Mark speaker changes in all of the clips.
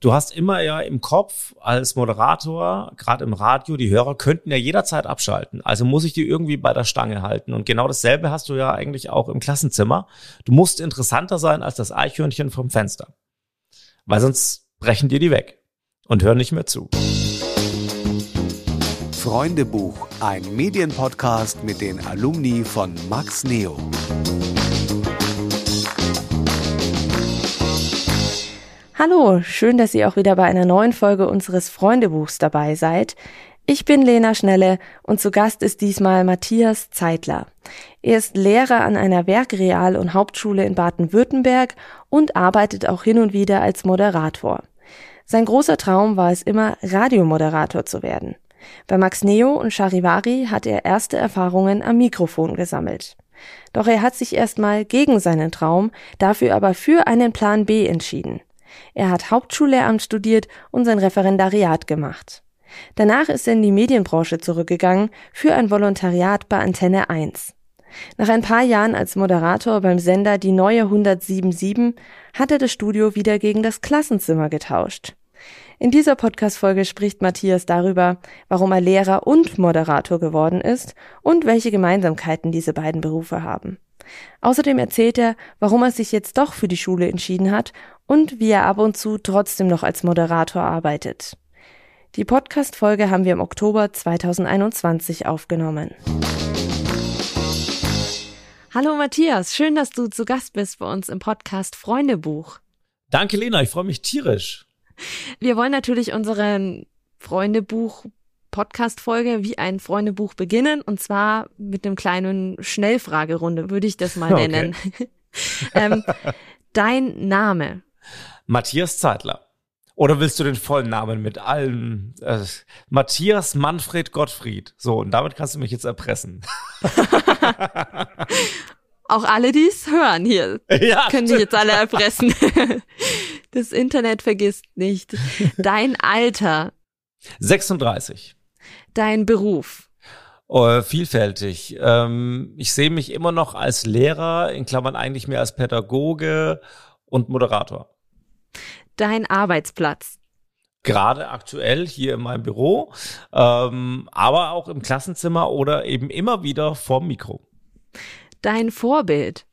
Speaker 1: Du hast immer ja im Kopf als Moderator, gerade im Radio, die Hörer könnten ja jederzeit abschalten. Also muss ich die irgendwie bei der Stange halten. Und genau dasselbe hast du ja eigentlich auch im Klassenzimmer. Du musst interessanter sein als das Eichhörnchen vom Fenster. Weil sonst brechen dir die weg und hören nicht mehr zu.
Speaker 2: Freundebuch, ein Medienpodcast mit den Alumni von Max Neo.
Speaker 3: Hallo, schön, dass ihr auch wieder bei einer neuen Folge unseres Freundebuchs dabei seid. Ich bin Lena Schnelle und zu Gast ist diesmal Matthias Zeitler. Er ist Lehrer an einer Werkreal- und Hauptschule in Baden-Württemberg und arbeitet auch hin und wieder als Moderator. Sein großer Traum war es immer, Radiomoderator zu werden. Bei Max Neo und Charivari hat er erste Erfahrungen am Mikrofon gesammelt. Doch er hat sich erstmal gegen seinen Traum, dafür aber für einen Plan B entschieden. Er hat Hauptschullehramt studiert und sein Referendariat gemacht. Danach ist er in die Medienbranche zurückgegangen für ein Volontariat bei Antenne 1. Nach ein paar Jahren als Moderator beim Sender Die Neue 107.7 hat er das Studio wieder gegen das Klassenzimmer getauscht. In dieser Podcast-Folge spricht Matthias darüber, warum er Lehrer und Moderator geworden ist und welche Gemeinsamkeiten diese beiden Berufe haben. Außerdem erzählt er, warum er sich jetzt doch für die Schule entschieden hat und wie er ab und zu trotzdem noch als Moderator arbeitet. Die Podcast-Folge haben wir im Oktober 2021 aufgenommen. Hallo Matthias, schön, dass du zu Gast bist bei uns im Podcast Freundebuch.
Speaker 1: Danke Lena, ich freue mich tierisch.
Speaker 3: Wir wollen natürlich unseren Freundebuch-Podcast-Folge wie ein Freundebuch beginnen, und zwar mit einem kleinen Schnellfragerunde, würde ich das mal nennen. Okay. Dein Name?
Speaker 1: Matthias Zeitler. Oder willst du den vollen Namen mit allen? Matthias Manfred Gottfried. So, und damit kannst du mich jetzt erpressen.
Speaker 3: Auch alle, die es hören hier, ja, können dich jetzt alle erpressen. Das Internet vergisst nicht. Dein Alter?
Speaker 1: 36.
Speaker 3: Dein Beruf?
Speaker 1: Vielfältig. Ich sehe mich immer noch als Lehrer, in Klammern eigentlich mehr als Pädagoge und Moderator.
Speaker 3: Dein Arbeitsplatz?
Speaker 1: Gerade aktuell hier in meinem Büro, aber auch im Klassenzimmer oder eben immer wieder vorm Mikro.
Speaker 3: Dein Vorbild?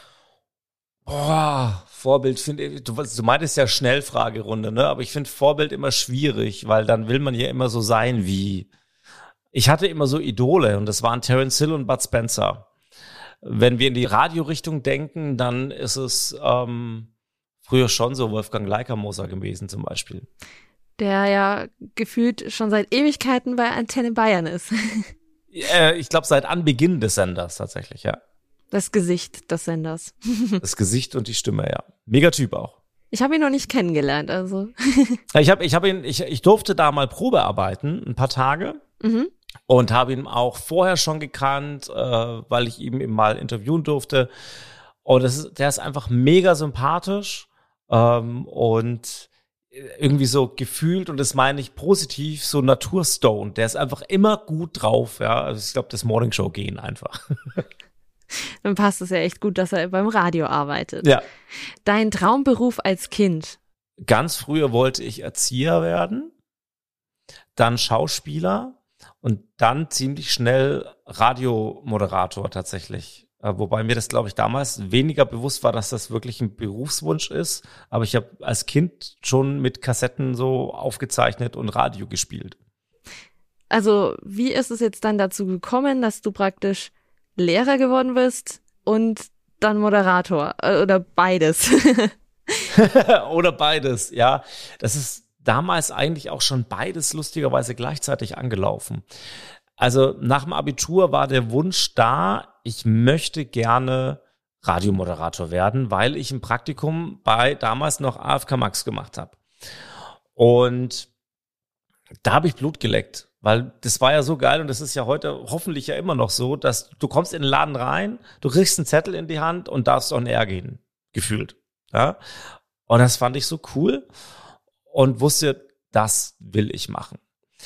Speaker 1: Vorbild finde ich, du meintest ja Schnellfragerunde, ne? Aber ich finde Vorbild immer schwierig, weil dann will man ja immer so sein wie. Ich hatte immer so Idole und das waren Terence Hill und Bud Spencer. Wenn wir in die Radiorichtung denken, dann ist es früher schon so Wolfgang Leikamoser gewesen zum Beispiel.
Speaker 3: Der ja gefühlt schon seit Ewigkeiten bei Antenne Bayern ist.
Speaker 1: Ich glaube seit Anbeginn des Senders tatsächlich, ja.
Speaker 3: Das Gesicht des Senders.
Speaker 1: Das Gesicht und die Stimme, ja. Megatyp auch.
Speaker 3: Ich habe ihn noch nicht kennengelernt, also.
Speaker 1: Ich durfte da mal Probe arbeiten, ein paar Tage. Mhm. Und habe ihn auch vorher schon gekannt, weil ich ihn eben mal interviewen durfte. Und der ist einfach mega sympathisch und irgendwie so gefühlt, und das meine ich positiv, so Naturstone. Der ist einfach immer gut drauf, ja. Also ich glaube, das Morningshow-Gehen einfach.
Speaker 3: Dann passt es ja echt gut, dass er beim Radio arbeitet.
Speaker 1: Ja.
Speaker 3: Dein Traumberuf als Kind?
Speaker 1: Ganz früher wollte ich Erzieher werden, dann Schauspieler und dann ziemlich schnell Radiomoderator tatsächlich. Wobei mir das, glaube ich, damals weniger bewusst war, dass das wirklich ein Berufswunsch ist. Aber ich habe als Kind schon mit Kassetten so aufgezeichnet und Radio gespielt.
Speaker 3: Also wie ist es jetzt dann dazu gekommen, dass du praktisch Lehrer geworden bist und dann Moderator oder beides?
Speaker 1: Oder beides, ja. Das ist damals eigentlich auch schon beides lustigerweise gleichzeitig angelaufen. Also nach dem Abitur war der Wunsch da, ich möchte gerne Radiomoderator werden, weil ich ein Praktikum bei damals noch AFK Max gemacht habe. Und da habe ich Blut geleckt, weil das war ja so geil und das ist ja heute hoffentlich ja immer noch so, dass du kommst in den Laden rein, du kriegst einen Zettel in die Hand und darfst on air gehen, gefühlt. Ja? Und das fand ich so cool und wusste, das will ich machen.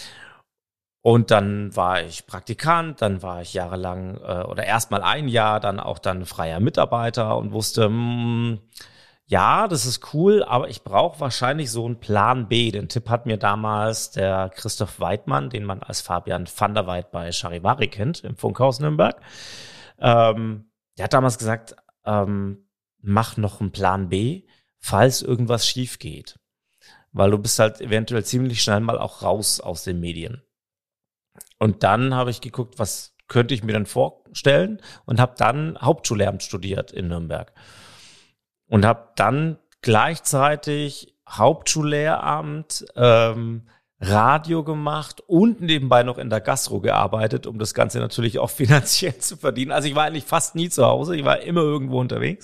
Speaker 1: Und dann war ich Praktikant, dann war ich jahrelang oder erstmal ein Jahr, dann auch dann freier Mitarbeiter und wusste, ja, das ist cool, aber ich brauche wahrscheinlich so einen Plan B. Den Tipp hat mir damals der Christoph Weidmann, den man als Fabian van der Weid bei Charivari kennt, im Funkhaus Nürnberg. Der hat damals gesagt, mach noch einen Plan B, falls irgendwas schief geht. Weil du bist halt eventuell ziemlich schnell mal auch raus aus den Medien. Und dann habe ich geguckt, was könnte ich mir denn vorstellen und habe dann Hauptschullehramt studiert in Nürnberg. Und habe dann gleichzeitig Hauptschullehramt, Radio gemacht und nebenbei noch in der Gastro gearbeitet, um das Ganze natürlich auch finanziell zu verdienen. Also ich war eigentlich fast nie zu Hause, ich war immer irgendwo unterwegs.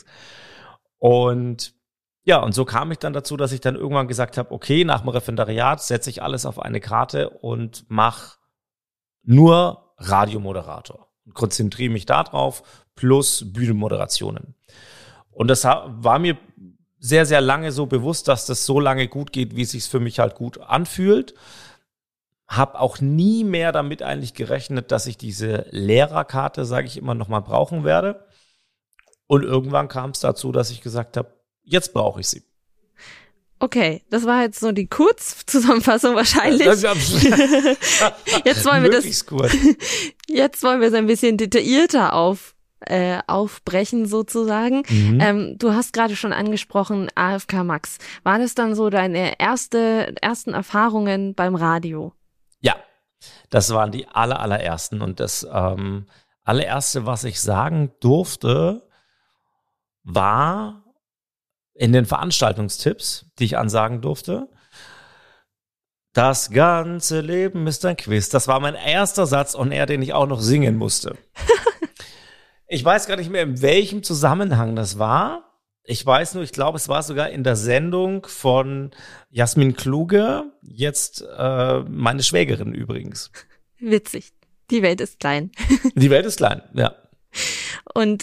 Speaker 1: Und ja, und so kam ich dann dazu, dass ich dann irgendwann gesagt habe, okay, nach dem Referendariat setze ich alles auf eine Karte und mache nur Radiomoderator und konzentriere mich darauf, plus Bühnenmoderationen. Und das war mir sehr, sehr lange so bewusst, dass das so lange gut geht, wie es sich für mich halt gut anfühlt. Habe auch nie mehr damit eigentlich gerechnet, dass ich diese Lehrerkarte, sage ich immer, nochmal brauchen werde. Und irgendwann kam es dazu, dass ich gesagt habe, jetzt brauche ich sie.
Speaker 3: Okay, das war jetzt so die Kurzzusammenfassung wahrscheinlich. Jetzt wollen wir es ein bisschen detaillierter aufbrechen sozusagen. Du hast gerade schon angesprochen AFK Max. War das dann so deine ersten Erfahrungen beim Radio?
Speaker 1: Ja, das waren die allerersten. Und das allererste, was ich sagen durfte, war in den Veranstaltungstipps, die ich ansagen durfte, das ganze Leben ist ein Quiz. Das war mein erster Satz on air, den ich auch noch singen musste. Ich weiß gar nicht mehr, in welchem Zusammenhang das war. Ich weiß nur, ich glaube, es war sogar in der Sendung von Jasmin Kluge, jetzt meine Schwägerin übrigens.
Speaker 3: Witzig. Die Welt ist klein.
Speaker 1: Die Welt ist klein, ja.
Speaker 3: Und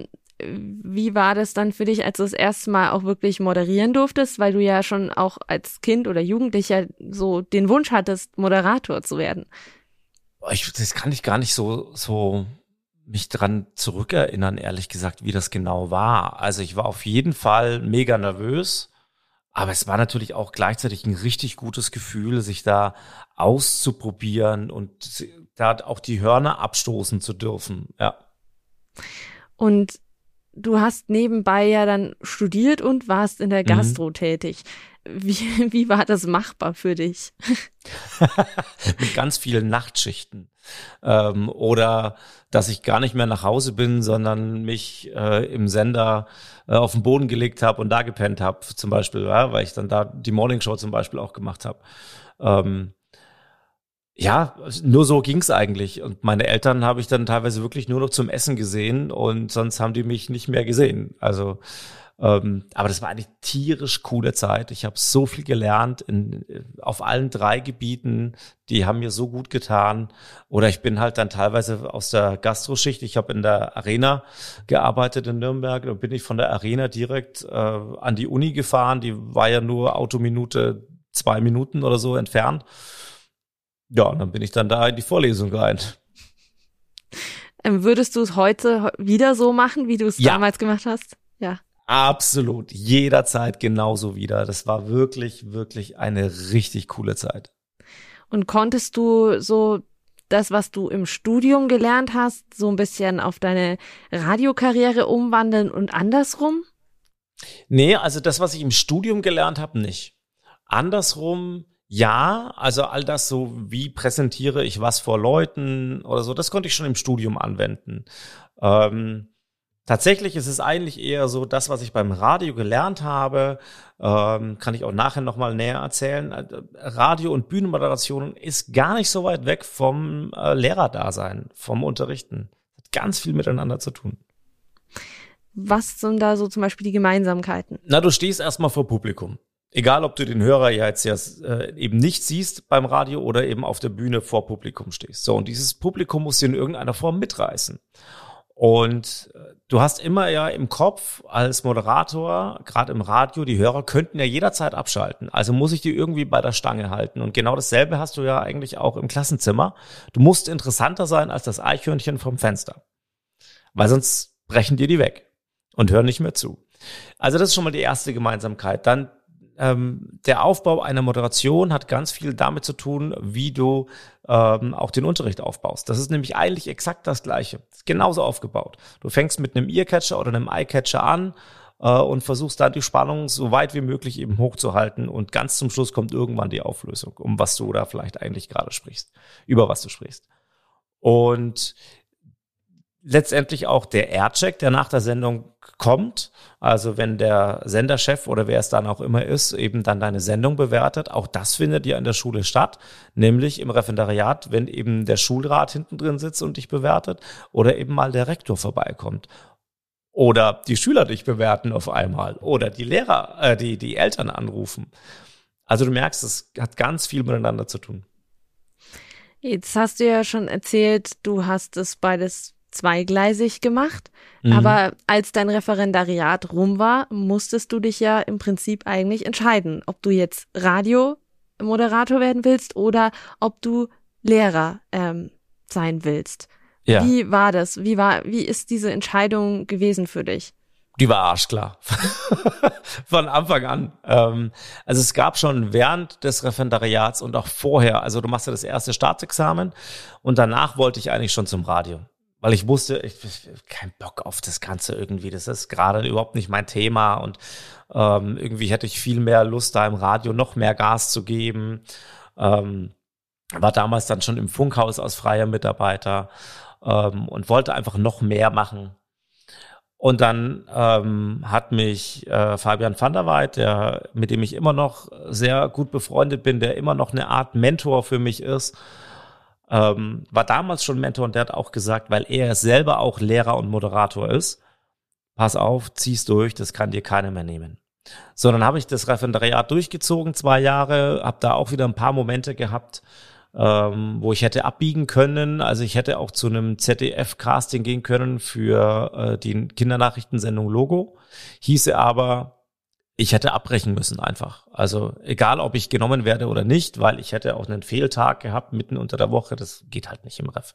Speaker 3: wie war das dann für dich, als du das erste Mal auch wirklich moderieren durftest, weil du ja schon auch als Kind oder Jugendlicher so den Wunsch hattest, Moderator zu werden?
Speaker 1: Das kann ich gar nicht so mich dran zurückerinnern, ehrlich gesagt, wie das genau war. Also ich war auf jeden Fall mega nervös, aber es war natürlich auch gleichzeitig ein richtig gutes Gefühl, sich da auszuprobieren und da auch die Hörner abstoßen zu dürfen, ja.
Speaker 3: Und du hast nebenbei ja dann studiert und warst in der Gastro tätig. Wie war das machbar für dich?
Speaker 1: Mit ganz vielen Nachtschichten. Oder dass ich gar nicht mehr nach Hause bin, sondern mich im Sender auf den Boden gelegt habe und da gepennt habe, zum Beispiel, ja, weil ich dann da die Morningshow zum Beispiel auch gemacht habe. Ja, nur so ging's eigentlich. Und meine Eltern habe ich dann teilweise wirklich nur noch zum Essen gesehen und sonst haben die mich nicht mehr gesehen. Also, aber das war eine tierisch coole Zeit. Ich habe so viel gelernt auf allen 3 Gebieten. Die haben mir so gut getan. Oder ich bin halt dann teilweise aus der Gastroschicht. Ich habe in der Arena gearbeitet in Nürnberg. Dann bin ich von der Arena direkt an die Uni gefahren. Die war ja nur Autominute 2 Minuten oder so entfernt. Ja, und dann bin ich dann da in die Vorlesung rein.
Speaker 3: Würdest du es heute wieder so machen, wie du es damals gemacht hast? Ja.
Speaker 1: Absolut. Jederzeit genauso wieder. Das war wirklich, wirklich eine richtig coole Zeit.
Speaker 3: Und konntest du so das, was du im Studium gelernt hast, so ein bisschen auf deine Radiokarriere umwandeln und andersrum?
Speaker 1: Nee, also das, was ich im Studium gelernt habe, nicht. Andersrum, ja, also all das so, wie präsentiere ich was vor Leuten oder so, das konnte ich schon im Studium anwenden. Tatsächlich ist es eigentlich eher so, das, was ich beim Radio gelernt habe, kann ich auch nachher nochmal näher erzählen. Radio- und Bühnenmoderation ist gar nicht so weit weg vom Lehrerdasein, vom Unterrichten. Hat ganz viel miteinander zu tun.
Speaker 3: Was sind da so zum Beispiel die Gemeinsamkeiten?
Speaker 1: Na, du stehst erstmal vor Publikum. Egal, ob du den Hörer ja jetzt eben nicht siehst beim Radio oder eben auf der Bühne vor Publikum stehst. So, und dieses Publikum musst du in irgendeiner Form mitreißen. Und du hast immer ja im Kopf als Moderator, gerade im Radio, die Hörer könnten ja jederzeit abschalten. Also muss ich die irgendwie bei der Stange halten. Und genau dasselbe hast du ja eigentlich auch im Klassenzimmer. Du musst interessanter sein als das Eichhörnchen vom Fenster. Weil sonst brechen dir die weg und hören nicht mehr zu. Also das ist schon mal die erste Gemeinsamkeit. Dann der Aufbau einer Moderation hat ganz viel damit zu tun, wie du auch den Unterricht aufbaust. Das ist nämlich eigentlich exakt das Gleiche. Ist genauso aufgebaut. Du fängst mit einem Earcatcher oder einem Eyecatcher an und versuchst dann die Spannung so weit wie möglich eben hochzuhalten und ganz zum Schluss kommt irgendwann die Auflösung, um was du da vielleicht eigentlich gerade sprichst, über was du sprichst. Und letztendlich auch der Aircheck, der nach der Sendung kommt, also wenn der Senderchef oder wer es dann auch immer ist, eben dann deine Sendung bewertet, auch das findet ja in der Schule statt, nämlich im Referendariat, wenn eben der Schulrat hinten drin sitzt und dich bewertet oder eben mal der Rektor vorbeikommt oder die Schüler dich bewerten auf einmal oder die Lehrer, die Eltern anrufen. Also du merkst, es hat ganz viel miteinander zu tun.
Speaker 3: Jetzt hast du ja schon erzählt, du hast es beides zweigleisig gemacht, aber als dein Referendariat rum war, musstest du dich ja im Prinzip eigentlich entscheiden, ob du jetzt Radiomoderator werden willst oder ob du Lehrer sein willst.
Speaker 1: Ja.
Speaker 3: Wie war das? Wie ist diese Entscheidung gewesen für dich?
Speaker 1: Die war arschklar. Von Anfang an. Also es gab schon während des Referendariats und auch vorher, also du machst ja das erste Staatsexamen und danach wollte ich eigentlich schon zum Radio. Weil ich wusste, ich keinen Bock auf das Ganze irgendwie. Das ist gerade überhaupt nicht mein Thema und irgendwie hätte ich viel mehr Lust, da im Radio noch mehr Gas zu geben. War damals dann schon im Funkhaus als freier Mitarbeiter und wollte einfach noch mehr machen. Und dann hat mich Fabian van der Weid, mit dem ich immer noch sehr gut befreundet bin, der immer noch eine Art Mentor für mich ist, war damals schon Mentor und der hat auch gesagt, weil er selber auch Lehrer und Moderator ist, pass auf, zieh's durch, das kann dir keiner mehr nehmen. So, dann habe ich das Referendariat durchgezogen, 2 Jahre, habe da auch wieder ein paar Momente gehabt, wo ich hätte abbiegen können. Also ich hätte auch zu einem ZDF-Casting gehen können für die Kindernachrichtensendung Logo. Hieße aber, ich hätte abbrechen müssen einfach. Also egal, ob ich genommen werde oder nicht, weil ich hätte auch einen Fehltag gehabt mitten unter der Woche. Das geht halt nicht im Ref.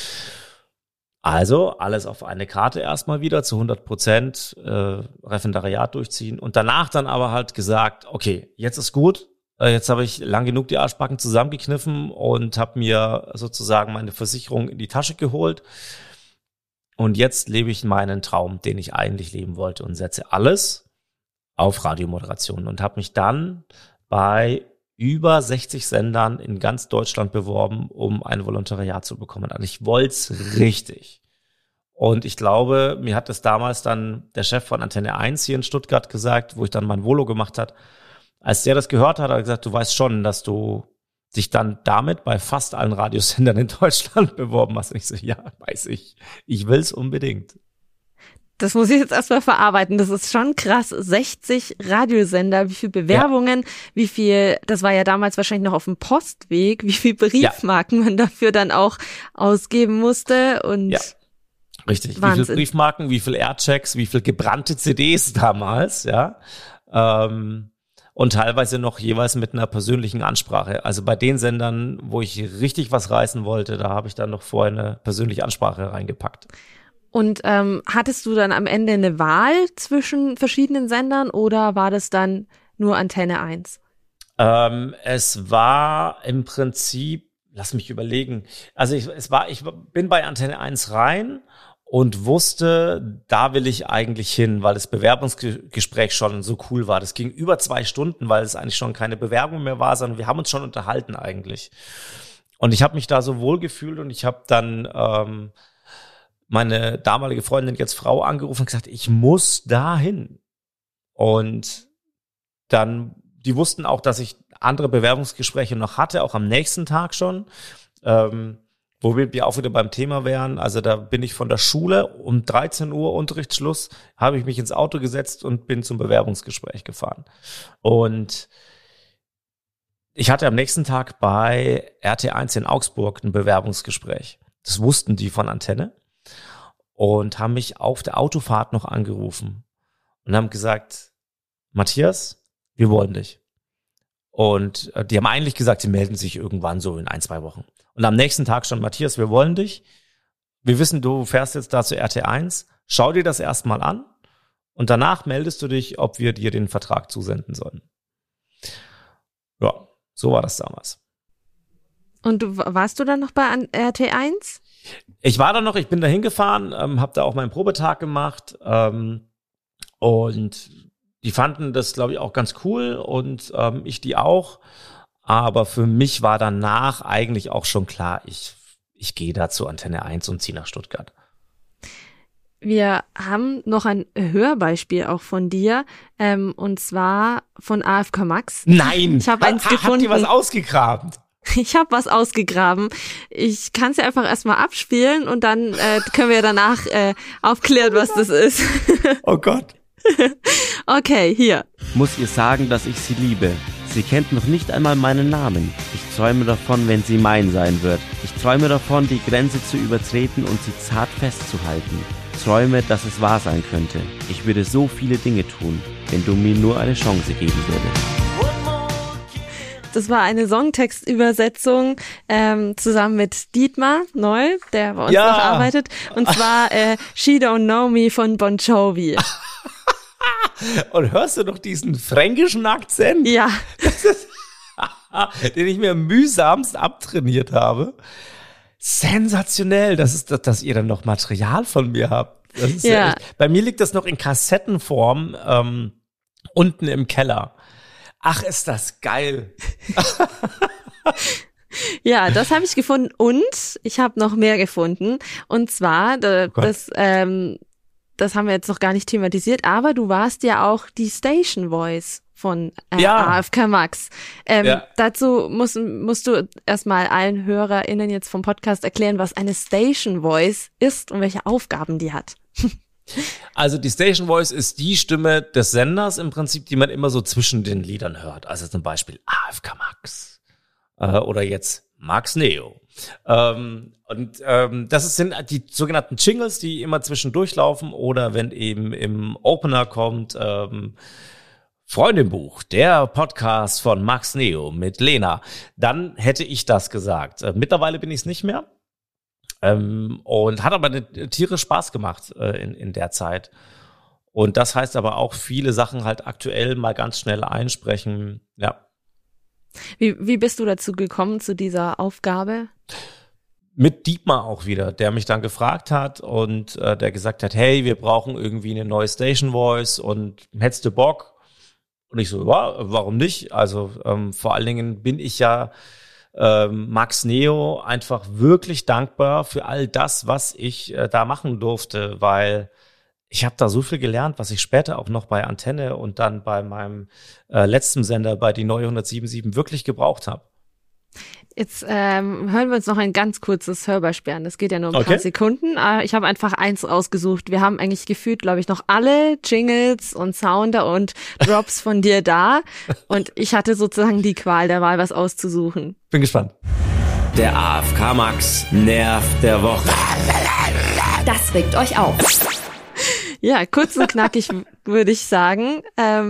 Speaker 1: Also alles auf eine Karte erstmal wieder zu 100% Referendariat durchziehen und danach dann aber halt gesagt, okay, jetzt ist gut. Jetzt habe ich lang genug die Arschbacken zusammengekniffen und habe mir sozusagen meine Versicherung in die Tasche geholt. Und jetzt lebe ich meinen Traum, den ich eigentlich leben wollte und setze alles auf Radiomoderation und habe mich dann bei über 60 Sendern in ganz Deutschland beworben, um ein Volontariat zu bekommen. Also ich wollte es richtig. Und ich glaube, mir hat das damals dann der Chef von Antenne 1 hier in Stuttgart gesagt, wo ich dann mein Volo gemacht hat. Als der das gehört hat, hat er gesagt, du weißt schon, dass du dich dann damit bei fast allen Radiosendern in Deutschland beworben hast. Und ich so, ja, weiß ich. Ich will's unbedingt.
Speaker 3: Das muss ich jetzt erstmal verarbeiten. Das ist schon krass. 60 Radiosender, wie viel Bewerbungen, wie viel, das war ja damals wahrscheinlich noch auf dem Postweg, wie viel Briefmarken man dafür dann auch ausgeben musste und
Speaker 1: ja. Richtig.
Speaker 3: Wahnsinn.
Speaker 1: Wie viel Briefmarken, wie viel Airchecks, wie viel gebrannte CDs damals, ja. Und teilweise noch jeweils mit einer persönlichen Ansprache. Also bei den Sendern, wo ich richtig was reißen wollte, da habe ich dann noch vorher eine persönliche Ansprache reingepackt.
Speaker 3: Und hattest du dann am Ende eine Wahl zwischen verschiedenen Sendern oder war das dann nur Antenne 1?
Speaker 1: Es war im Prinzip, lass mich überlegen, also ich bin bei Antenne 1 rein und wusste, da will ich eigentlich hin, weil das Bewerbungsgespräch schon so cool war. Das ging über 2 Stunden, weil es eigentlich schon keine Bewerbung mehr war, sondern wir haben uns schon unterhalten eigentlich. Und ich habe mich da so wohl gefühlt und ich habe dann meine damalige Freundin, jetzt Frau, angerufen und gesagt, ich muss dahin. Und dann, die wussten auch, dass ich andere Bewerbungsgespräche noch hatte, auch am nächsten Tag schon, wo wir auch wieder beim Thema wären. Also da bin ich von der Schule um 13 Uhr Unterrichtsschluss, habe ich mich ins Auto gesetzt und bin zum Bewerbungsgespräch gefahren. Und ich hatte am nächsten Tag bei RT1 in Augsburg ein Bewerbungsgespräch. Das wussten die von Antenne. Und haben mich auf der Autofahrt noch angerufen und haben gesagt, Matthias, wir wollen dich. Und die haben eigentlich gesagt, sie melden sich irgendwann so in 1-2 Wochen. Und am nächsten Tag schon, Matthias, wir wollen dich. Wir wissen, du fährst jetzt da zu RT1. Schau dir das erstmal an und danach meldest du dich, ob wir dir den Vertrag zusenden sollen. Ja, so war das damals.
Speaker 3: Und warst du dann noch bei RT1?
Speaker 1: Ich war da noch, ich bin da hingefahren, habe da auch meinen Probetag gemacht und die fanden das, glaube ich, auch ganz cool und ich die auch. Aber für mich war danach eigentlich auch schon klar, ich gehe da zu Antenne 1 und ziehe nach Stuttgart.
Speaker 3: Wir haben noch ein Hörbeispiel auch von dir, und zwar von AFK Max.
Speaker 1: Nein!
Speaker 3: Ich habe eins gefunden.
Speaker 1: Habt ihr was ausgegraben?
Speaker 3: Ich habe was ausgegraben. Ich kann es ja einfach erstmal abspielen und dann können wir danach aufklären, was das ist.
Speaker 1: Oh Gott.
Speaker 3: Okay, hier.
Speaker 4: Muss ihr sagen, dass ich sie liebe. Sie kennt noch nicht einmal meinen Namen. Ich träume davon, wenn sie mein sein wird. Ich träume davon, die Grenze zu übertreten und sie zart festzuhalten. Träume, dass es wahr sein könnte. Ich würde so viele Dinge tun, wenn du mir nur eine Chance geben würdest.
Speaker 3: Das war eine Songtextübersetzung zusammen mit Dietmar Neu, der bei uns noch arbeitet. Und zwar She Don't Know Me von Bon Jovi.
Speaker 1: Und hörst du noch diesen fränkischen Akzent?
Speaker 3: Ja.
Speaker 1: Den ich mir mühsamst abtrainiert habe. Sensationell, dass ihr dann noch Material von mir habt. Das ist ja echt, bei mir liegt das noch in Kassettenform unten im Keller. Ach, ist das geil.
Speaker 3: Ja, das habe ich gefunden und ich habe noch mehr gefunden. Und zwar, das haben wir jetzt noch gar nicht thematisiert, aber du warst ja auch die Station Voice von AFK Max. Dazu musst du erstmal allen HörerInnen jetzt vom Podcast erklären, was eine Station Voice ist und welche Aufgaben die hat.
Speaker 1: Also die Station Voice ist die Stimme des Senders im Prinzip, die man immer so zwischen den Liedern hört. Also zum Beispiel AFK Max oder jetzt Max Neo. Das sind die sogenannten Jingles, die immer zwischendurch laufen oder wenn eben im Opener kommt Freundebuch, der Podcast von Max Neo mit Lena, dann hätte ich das gesagt. Mittlerweile bin ich es nicht mehr und hat aber tierisch Spaß gemacht in der Zeit. Und das heißt aber auch viele Sachen halt aktuell mal ganz schnell einsprechen, ja.
Speaker 3: Wie bist du dazu gekommen, zu dieser Aufgabe?
Speaker 1: Mit Dietmar auch wieder, der mich dann gefragt hat und der gesagt hat, hey, wir brauchen irgendwie eine neue Station Voice und hättest du Bock? Und ich so, ja, warum nicht? Also vor allen Dingen bin ich ja Max Neo einfach wirklich dankbar für all das, was ich da machen durfte, weil ich habe da so viel gelernt, was ich später auch noch bei Antenne und dann bei meinem letzten Sender bei die neue 107.7 wirklich gebraucht habe.
Speaker 3: Jetzt hören wir uns noch ein ganz kurzes Hörbeispiel an. Das geht ja nur ein paar Sekunden. Ich habe einfach eins ausgesucht. Wir haben eigentlich gefühlt, glaube ich, noch alle Jingles und Sounder und Drops von dir da. Und ich hatte sozusagen die Qual der Wahl, was auszusuchen.
Speaker 1: Bin gespannt.
Speaker 4: Der AFK Max Nerv der Woche.
Speaker 5: Das regt euch auf.
Speaker 3: Ja, kurz und knackig würde ich sagen.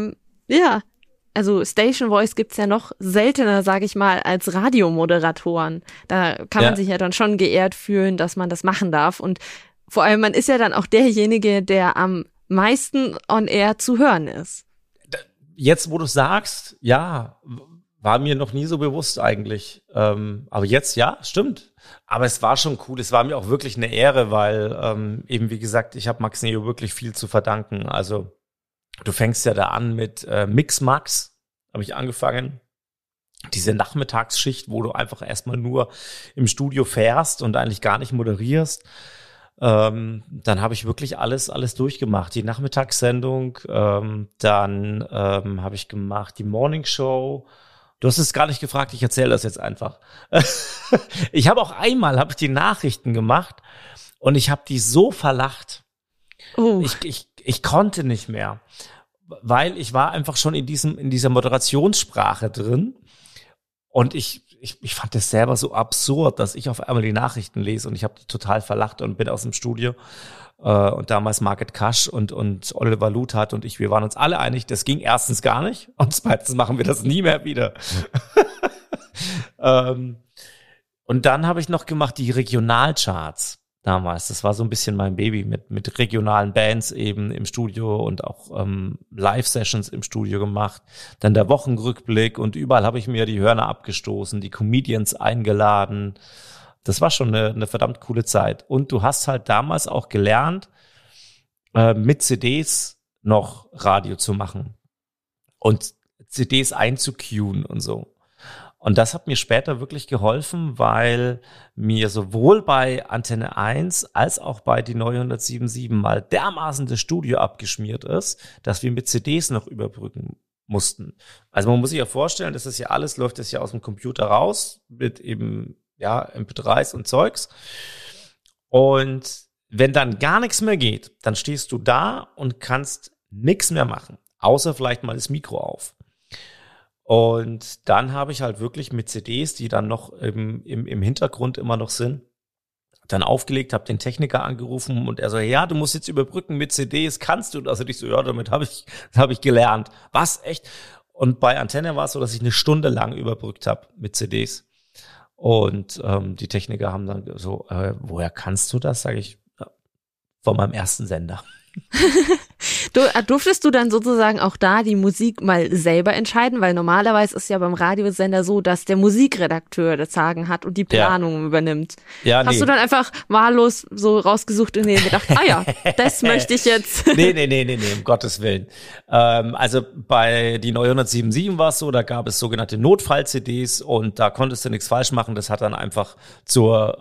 Speaker 3: Also Station Voice gibt's ja noch seltener, sage ich mal, als Radiomoderatoren. Da kann man sich ja dann schon geehrt fühlen, dass man das machen darf. Und vor allem, man ist ja dann auch derjenige, der am meisten on air zu hören ist.
Speaker 1: Jetzt, wo du sagst, ja, war mir noch nie so bewusst eigentlich. Aber jetzt, ja, stimmt. Aber es war schon cool. Es war mir auch wirklich eine Ehre, weil eben, wie gesagt, ich habe Max Neo wirklich viel zu verdanken. Also du fängst ja da an mit Mixmax, habe ich angefangen. Diese Nachmittagsschicht, wo du einfach erstmal nur im Studio fährst und eigentlich gar nicht moderierst. Dann habe ich wirklich alles durchgemacht. Die Nachmittagssendung, dann habe ich gemacht die Morning Show. Du hast es gar nicht gefragt, ich erzähle das jetzt einfach. Ich habe auch einmal die Nachrichten gemacht und ich habe die so verlacht. Ich konnte nicht mehr, weil ich war einfach schon in dieser Moderationssprache drin und ich fand das selber so absurd, dass ich auf einmal die Nachrichten lese und ich habe die total verlacht und bin aus dem Studio und damals Margit Kasch und Oliver Luthardt und wir waren uns alle einig, das ging erstens gar nicht und zweitens machen wir das nie mehr wieder. Und dann habe ich noch gemacht die Regionalcharts. damals. Das war so ein bisschen mein Baby mit regionalen Bands eben im Studio und auch Live-Sessions im Studio gemacht. Dann der Wochenrückblick und überall habe ich mir die Hörner abgestoßen, die Comedians eingeladen. Das war schon eine verdammt coole Zeit. Und du hast halt damals auch gelernt, mit CDs noch Radio zu machen und CDs einzuqueuen und so. Und das hat mir später wirklich geholfen, weil mir sowohl bei Antenne 1 als auch bei die neue 107.7 mal dermaßen das Studio abgeschmiert ist, dass wir mit CDs noch überbrücken mussten. Also man muss sich ja vorstellen, das ist ja alles, läuft das ja aus dem Computer raus mit eben, ja, MP3s und Zeugs. Und wenn dann gar nichts mehr geht, dann stehst du da und kannst nichts mehr machen, außer vielleicht mal das Mikro auf. Und dann habe ich halt wirklich mit CDs, die dann noch im Hintergrund immer noch sind, dann aufgelegt, habe den Techniker angerufen und er so, ja, du musst jetzt überbrücken mit CDs, kannst du das? Und ich so, ja, damit habe ich gelernt. Was, echt? Und bei Antenne war es so, dass ich eine Stunde lang überbrückt habe mit CDs. Und die Techniker haben dann so, woher kannst du das? Sage ich, ja, von meinem ersten Sender.
Speaker 3: Durftest du dann sozusagen auch da die Musik mal selber entscheiden? Weil normalerweise ist ja beim Radiosender so, dass der Musikredakteur das Sagen hat und die Planung übernimmt.
Speaker 1: Ja,
Speaker 3: Hast du dann einfach wahllos so rausgesucht und gedacht, ja, das möchte ich jetzt.
Speaker 1: Nee, um Gottes Willen. Also bei die neue 107.7 war es so, da gab es sogenannte Notfall-CDs und da konntest du nichts falsch machen. Das hat dann einfach zur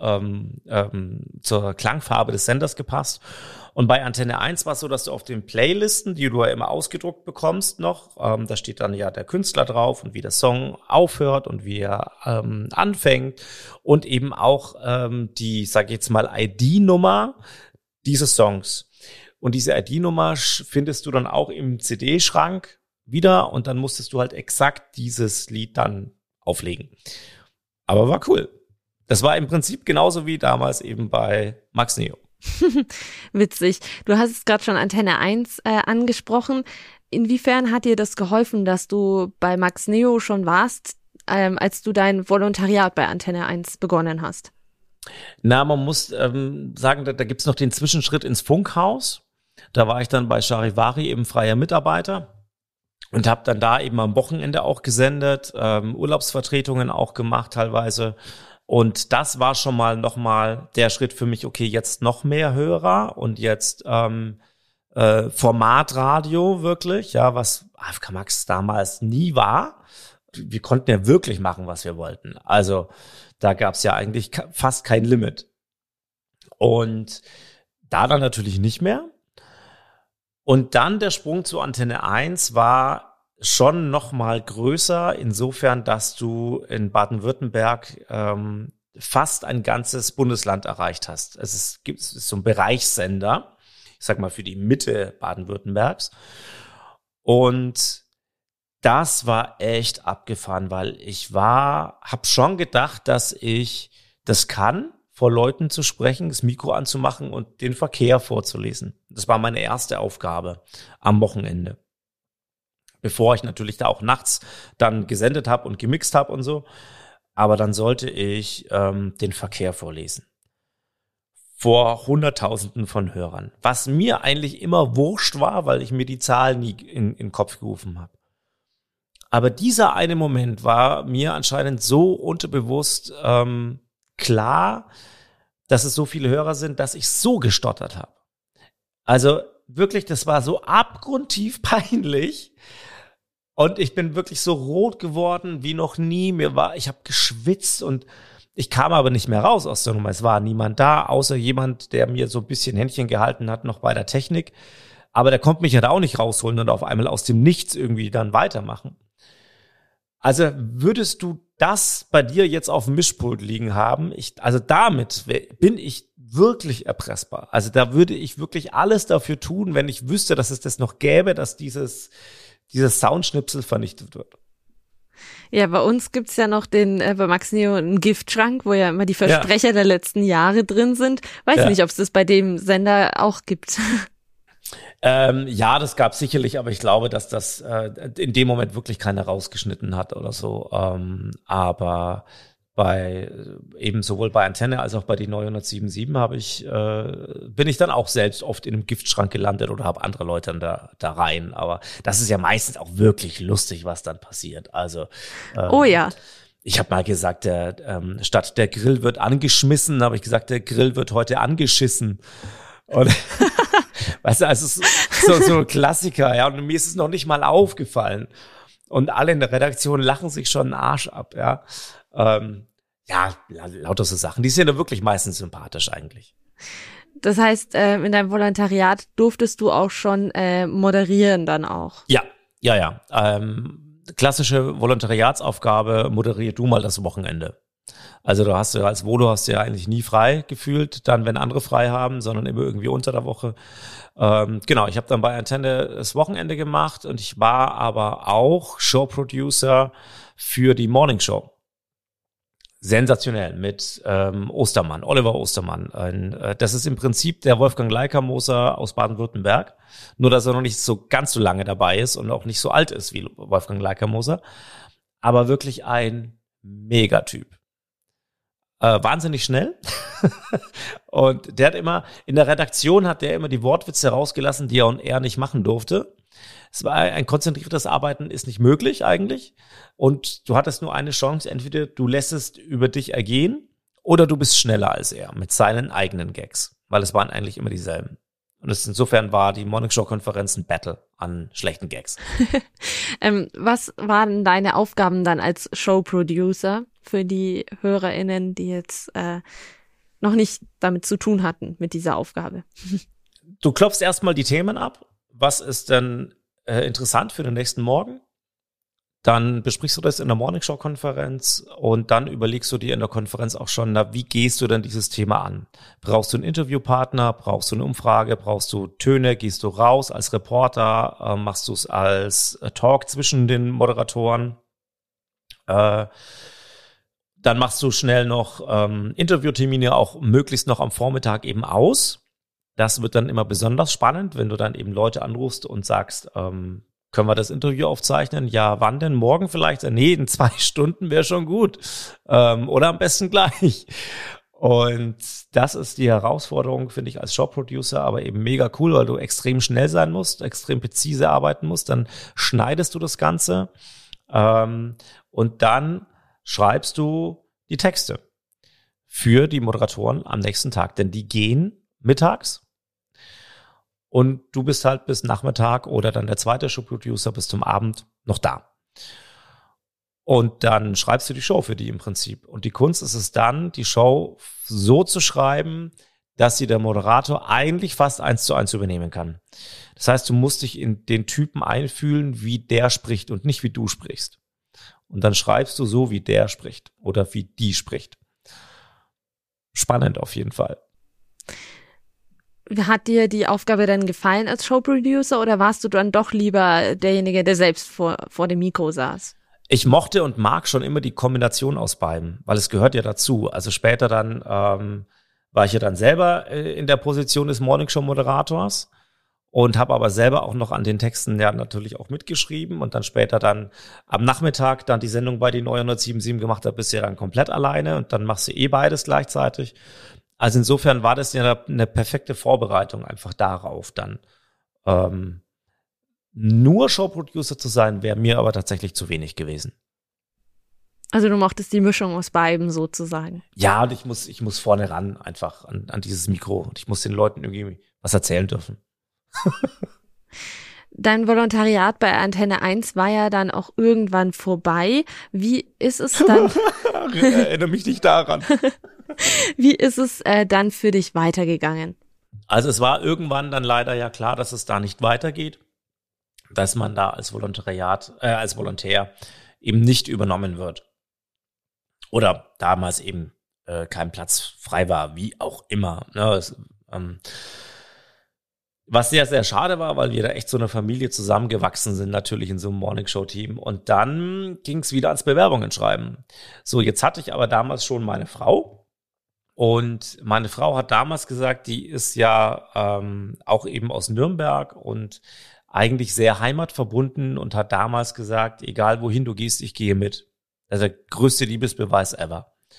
Speaker 1: Klangfarbe des Senders gepasst. Und bei Antenne 1 war es so, dass du auf den Playlisten, die du ja immer ausgedruckt bekommst noch, da steht dann ja der Künstler drauf und wie der Song aufhört und wie er anfängt und eben auch die, sag ich jetzt mal, ID-Nummer dieses Songs. Und diese ID-Nummer findest du dann auch im CD-Schrank wieder und dann musstest du halt exakt dieses Lied dann auflegen. Aber war cool. Das war im Prinzip genauso wie damals eben bei Max Neo.
Speaker 3: Witzig. Du hast es gerade schon Antenne 1 angesprochen. Inwiefern hat dir das geholfen, dass du bei Max Neo schon warst, als du dein Volontariat bei Antenne 1 begonnen hast?
Speaker 1: Na, man muss sagen, da gibt's noch den Zwischenschritt ins Funkhaus. Da war ich dann bei Charivari eben freier Mitarbeiter und habe dann da eben am Wochenende auch gesendet, Urlaubsvertretungen auch gemacht teilweise. Und das war schon mal nochmal der Schritt für mich, okay, jetzt noch mehr Hörer und jetzt Formatradio wirklich, ja, was AFK Max damals nie war. Wir konnten ja wirklich machen, was wir wollten. Also da gab es ja eigentlich fast kein Limit. Und da dann natürlich nicht mehr. Und dann der Sprung zu Antenne 1 war schon noch mal größer, insofern, dass du in Baden-Württemberg fast ein ganzes Bundesland erreicht hast. Es ist so ein Bereichssender, ich sag mal für die Mitte Baden-Württembergs. Und das war echt abgefahren, weil hab schon gedacht, dass ich das kann, vor Leuten zu sprechen, das Mikro anzumachen und den Verkehr vorzulesen. Das war meine erste Aufgabe am Wochenende. Bevor ich natürlich da auch nachts dann gesendet habe und gemixt habe und so. Aber dann sollte ich den Verkehr vorlesen. Vor Hunderttausenden von Hörern. Was mir eigentlich immer wurscht war, weil ich mir die Zahlen nie in den Kopf gerufen habe. Aber dieser eine Moment war mir anscheinend so unterbewusst klar, dass es so viele Hörer sind, dass ich so gestottert habe. Also wirklich, das war so abgrundtief peinlich. Und ich bin wirklich so rot geworden wie noch nie. Ich habe geschwitzt und ich kam aber nicht mehr raus aus der Nummer. Es war niemand da, außer jemand, der mir so ein bisschen Händchen gehalten hat, noch bei der Technik. Aber der konnte mich ja da auch nicht rausholen und auf einmal aus dem Nichts irgendwie dann weitermachen. Also würdest du das bei dir jetzt auf dem Mischpult liegen haben? Damit bin ich wirklich erpressbar. Also da würde ich wirklich alles dafür tun, wenn ich wüsste, dass es das noch gäbe, dass dieses Soundschnipsel vernichtet wird.
Speaker 3: Ja, bei uns gibt's ja noch bei Max Neo einen Giftschrank, wo ja immer die Versprecher der letzten Jahre drin sind. Weiß nicht, ob es das bei dem Sender auch gibt.
Speaker 1: Ja, das gab es sicherlich, aber ich glaube, dass das in dem Moment wirklich keiner rausgeschnitten hat oder so. Aber eben sowohl bei Antenne als auch bei die 977 bin ich dann auch selbst oft in einem Giftschrank gelandet oder habe andere Leute dann da rein. Aber das ist ja meistens auch wirklich lustig, was dann passiert. Also
Speaker 3: Oh ja.
Speaker 1: ich habe mal gesagt, statt der Grill wird angeschmissen, habe ich gesagt, der Grill wird heute angeschissen. Und weißt du, also so ein Klassiker, ja. Und mir ist es noch nicht mal aufgefallen. Und alle in der Redaktion lachen sich schon den Arsch ab, ja. Ja, lauter so Sachen. Die sind ja wirklich meistens sympathisch eigentlich.
Speaker 3: Das heißt, in deinem Volontariat durftest du auch schon moderieren dann auch?
Speaker 1: Ja. Klassische Volontariatsaufgabe, moderier du mal das Wochenende. Also du hast ja als Volo hast du ja eigentlich nie frei gefühlt, dann wenn andere frei haben, sondern immer irgendwie unter der Woche. Genau, ich habe dann bei Antenne das Wochenende gemacht und ich war aber auch Showproducer für die Morning Show. Sensationell mit Oliver Ostermann. Das ist im Prinzip der Wolfgang Leikamoser aus Baden-Württemberg, nur dass er noch nicht so ganz so lange dabei ist und auch nicht so alt ist wie Wolfgang Leikamoser, aber wirklich ein Megatyp. Wahnsinnig schnell und der hat immer, in der Redaktion hat der immer die Wortwitze rausgelassen, die er und er nicht machen durfte. Es war ein konzentriertes Arbeiten ist nicht möglich eigentlich und du hattest nur eine Chance, entweder du lässt es über dich ergehen oder du bist schneller als er mit seinen eigenen Gags, weil es waren eigentlich immer dieselben. Und insofern war die Morningshow-Konferenz ein Battle an schlechten Gags.
Speaker 3: Was waren deine Aufgaben dann als Showproducer für die HörerInnen, die jetzt noch nicht damit zu tun hatten, mit dieser Aufgabe?
Speaker 1: Du klopfst erstmal die Themen ab. Was ist denn interessant für den nächsten Morgen? Dann besprichst du das in der Morningshow-Konferenz und dann überlegst du dir in der Konferenz auch schon, wie gehst du denn dieses Thema an? Brauchst du einen Interviewpartner? Brauchst du eine Umfrage? Brauchst du Töne? Gehst du raus als Reporter? Machst du es als Talk zwischen den Moderatoren? Dann machst du schnell noch Interviewtermine auch möglichst noch am Vormittag eben aus. Das wird dann immer besonders spannend, wenn du dann eben Leute anrufst und sagst, können wir das Interview aufzeichnen? Ja, wann denn? Morgen vielleicht? Nee, in 2 Stunden wäre schon gut. Oder am besten gleich. Und das ist die Herausforderung, finde ich, als Showproducer, aber eben mega cool, weil du extrem schnell sein musst, extrem präzise arbeiten musst. Dann schneidest du das Ganze und dann schreibst du die Texte für die Moderatoren am nächsten Tag. Denn die gehen mittags. Und du bist halt bis Nachmittag oder dann der zweite Showproducer bis zum Abend noch da. Und dann schreibst du die Show für die im Prinzip. Und die Kunst ist es dann, die Show so zu schreiben, dass sie der Moderator eigentlich fast 1:1 übernehmen kann. Das heißt, du musst dich in den Typen einfühlen, wie der spricht und nicht wie du sprichst. Und dann schreibst du so, wie der spricht oder wie die spricht. Spannend auf jeden Fall.
Speaker 3: Hat dir die Aufgabe dann gefallen als Showproducer oder warst du dann doch lieber derjenige, der selbst vor dem Mikro saß?
Speaker 1: Ich mochte und mag schon immer die Kombination aus beiden, weil es gehört ja dazu. Also später dann war ich ja dann selber in der Position des Morningshow-Moderators und habe aber selber auch noch an den Texten ja natürlich auch mitgeschrieben und dann später dann am Nachmittag dann die Sendung bei die 977 gemacht, da bist du ja dann komplett alleine und dann machst du beides gleichzeitig. Also insofern war das ja eine perfekte Vorbereitung einfach darauf dann. Nur Showproducer zu sein, wäre mir aber tatsächlich zu wenig gewesen.
Speaker 3: Also du mochtest die Mischung aus beiden sozusagen.
Speaker 1: Ja, und ich muss vorne ran einfach an dieses Mikro und ich muss den Leuten irgendwie was erzählen dürfen.
Speaker 3: Dein Volontariat bei Antenne 1 war ja dann auch irgendwann vorbei. Wie ist es dann?
Speaker 1: Erinnere mich nicht daran.
Speaker 3: Wie ist es dann für dich weitergegangen?
Speaker 1: Also es war irgendwann dann leider ja klar, dass es da nicht weitergeht, dass man da als Volontär eben nicht übernommen wird. Oder damals eben kein Platz frei war, wie auch immer. Ne? Was sehr, sehr schade war, weil wir da echt so eine Familie zusammengewachsen sind, natürlich in so einem Morningshow-Team. Und dann ging es wieder ans Bewerbungen schreiben. So, jetzt hatte ich aber damals schon meine Frau. Und meine Frau hat damals gesagt, die ist ja auch eben aus Nürnberg und eigentlich sehr heimatverbunden und hat damals gesagt, egal wohin du gehst, ich gehe mit. Das ist der größte Liebesbeweis ever.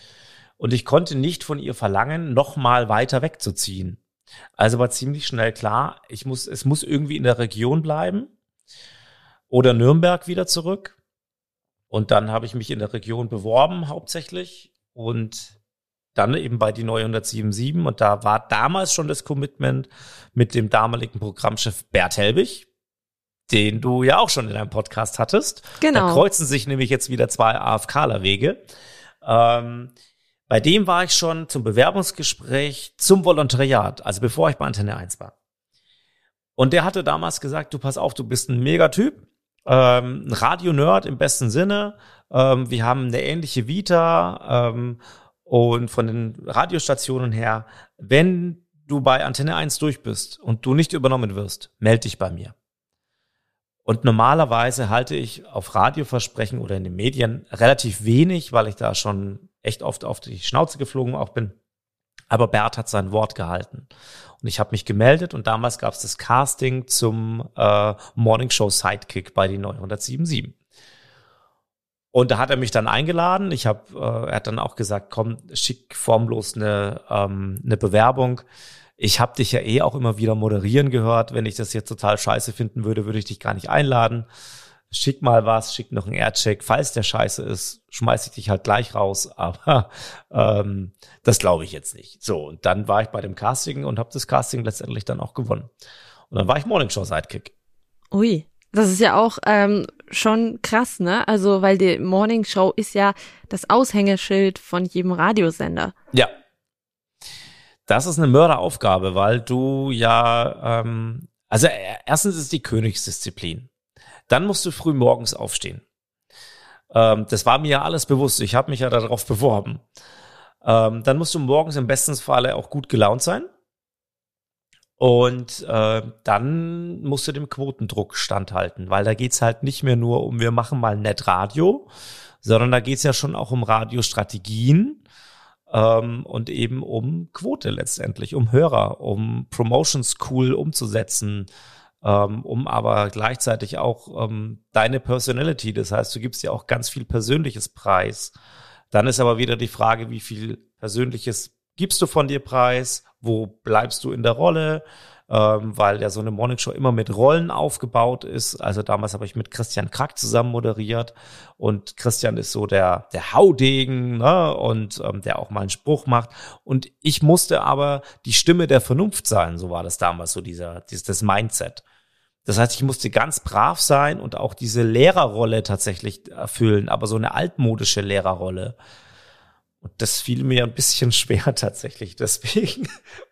Speaker 1: Und ich konnte nicht von ihr verlangen, noch mal weiter wegzuziehen. Also war ziemlich schnell klar, es muss irgendwie in der Region bleiben oder Nürnberg wieder zurück. Und dann habe ich mich in der Region beworben hauptsächlich und dann eben bei die neue 107.7 und da war damals schon das Commitment mit dem damaligen Programmchef Bert Helbig, den du ja auch schon in deinem Podcast hattest.
Speaker 3: Genau.
Speaker 1: Da kreuzen sich nämlich jetzt wieder zwei AFKler-Wege. Bei dem war ich schon zum Bewerbungsgespräch zum Volontariat, also bevor ich bei Antenne 1 war. Und der hatte damals gesagt, du pass auf, du bist ein Megatyp, ein Radio-Nerd im besten Sinne. Wir haben eine ähnliche Vita und von den Radiostationen her, wenn du bei Antenne 1 durch bist und du nicht übernommen wirst, melde dich bei mir. Und normalerweise halte ich auf Radioversprechen oder in den Medien relativ wenig, weil ich da schon echt oft auf die Schnauze geflogen auch bin. Aber Bert hat sein Wort gehalten. Und ich habe mich gemeldet und damals gab es das Casting zum Morning Show Sidekick bei die neue 107.7. Und da hat er mich dann eingeladen. Er hat dann auch gesagt, komm, schick formlos eine Bewerbung. Ich habe dich ja auch immer wieder moderieren gehört. Wenn ich das jetzt total scheiße finden würde, würde ich dich gar nicht einladen. Schick mal was, schick noch einen Aircheck. Falls der scheiße ist, schmeiß ich dich halt gleich raus. Aber das glaube ich jetzt nicht. So, und dann war ich bei dem Casting und habe das Casting letztendlich dann auch gewonnen. Und dann war ich Morning Show Sidekick.
Speaker 3: Ui, das ist ja auch schon krass, ne? Also, weil die Morning Show ist ja das Aushängeschild von jedem Radiosender.
Speaker 1: Ja. Das ist eine Mörderaufgabe, weil du ja, also erstens ist die Königsdisziplin. Dann musst du früh morgens aufstehen. Das war mir ja alles bewusst. Ich habe mich ja darauf beworben. Dann musst du morgens im besten Falle auch gut gelaunt sein. Und dann musst du dem Quotendruck standhalten, weil da geht's halt nicht mehr nur um, wir machen mal nett Radio, sondern da geht's ja schon auch um Radiostrategien. Und eben um Quote letztendlich, um Hörer, um Promotions cool umzusetzen, um aber gleichzeitig auch deine Personality, das heißt, du gibst ja auch ganz viel Persönliches preis. Dann ist aber wieder die Frage, wie viel Persönliches gibst du von dir preis, wo bleibst du in der Rolle, weil ja so eine Morningshow immer mit Rollen aufgebaut ist. Also damals habe ich mit Christian Krack zusammen moderiert und Christian ist so der Haudegen, ne? Und der auch mal einen Spruch macht. Und ich musste aber die Stimme der Vernunft sein, so war das damals, so das Mindset. Das heißt, ich musste ganz brav sein und auch diese Lehrerrolle tatsächlich erfüllen, aber so eine altmodische Lehrerrolle. Und das fiel mir ein bisschen schwer tatsächlich. Deswegen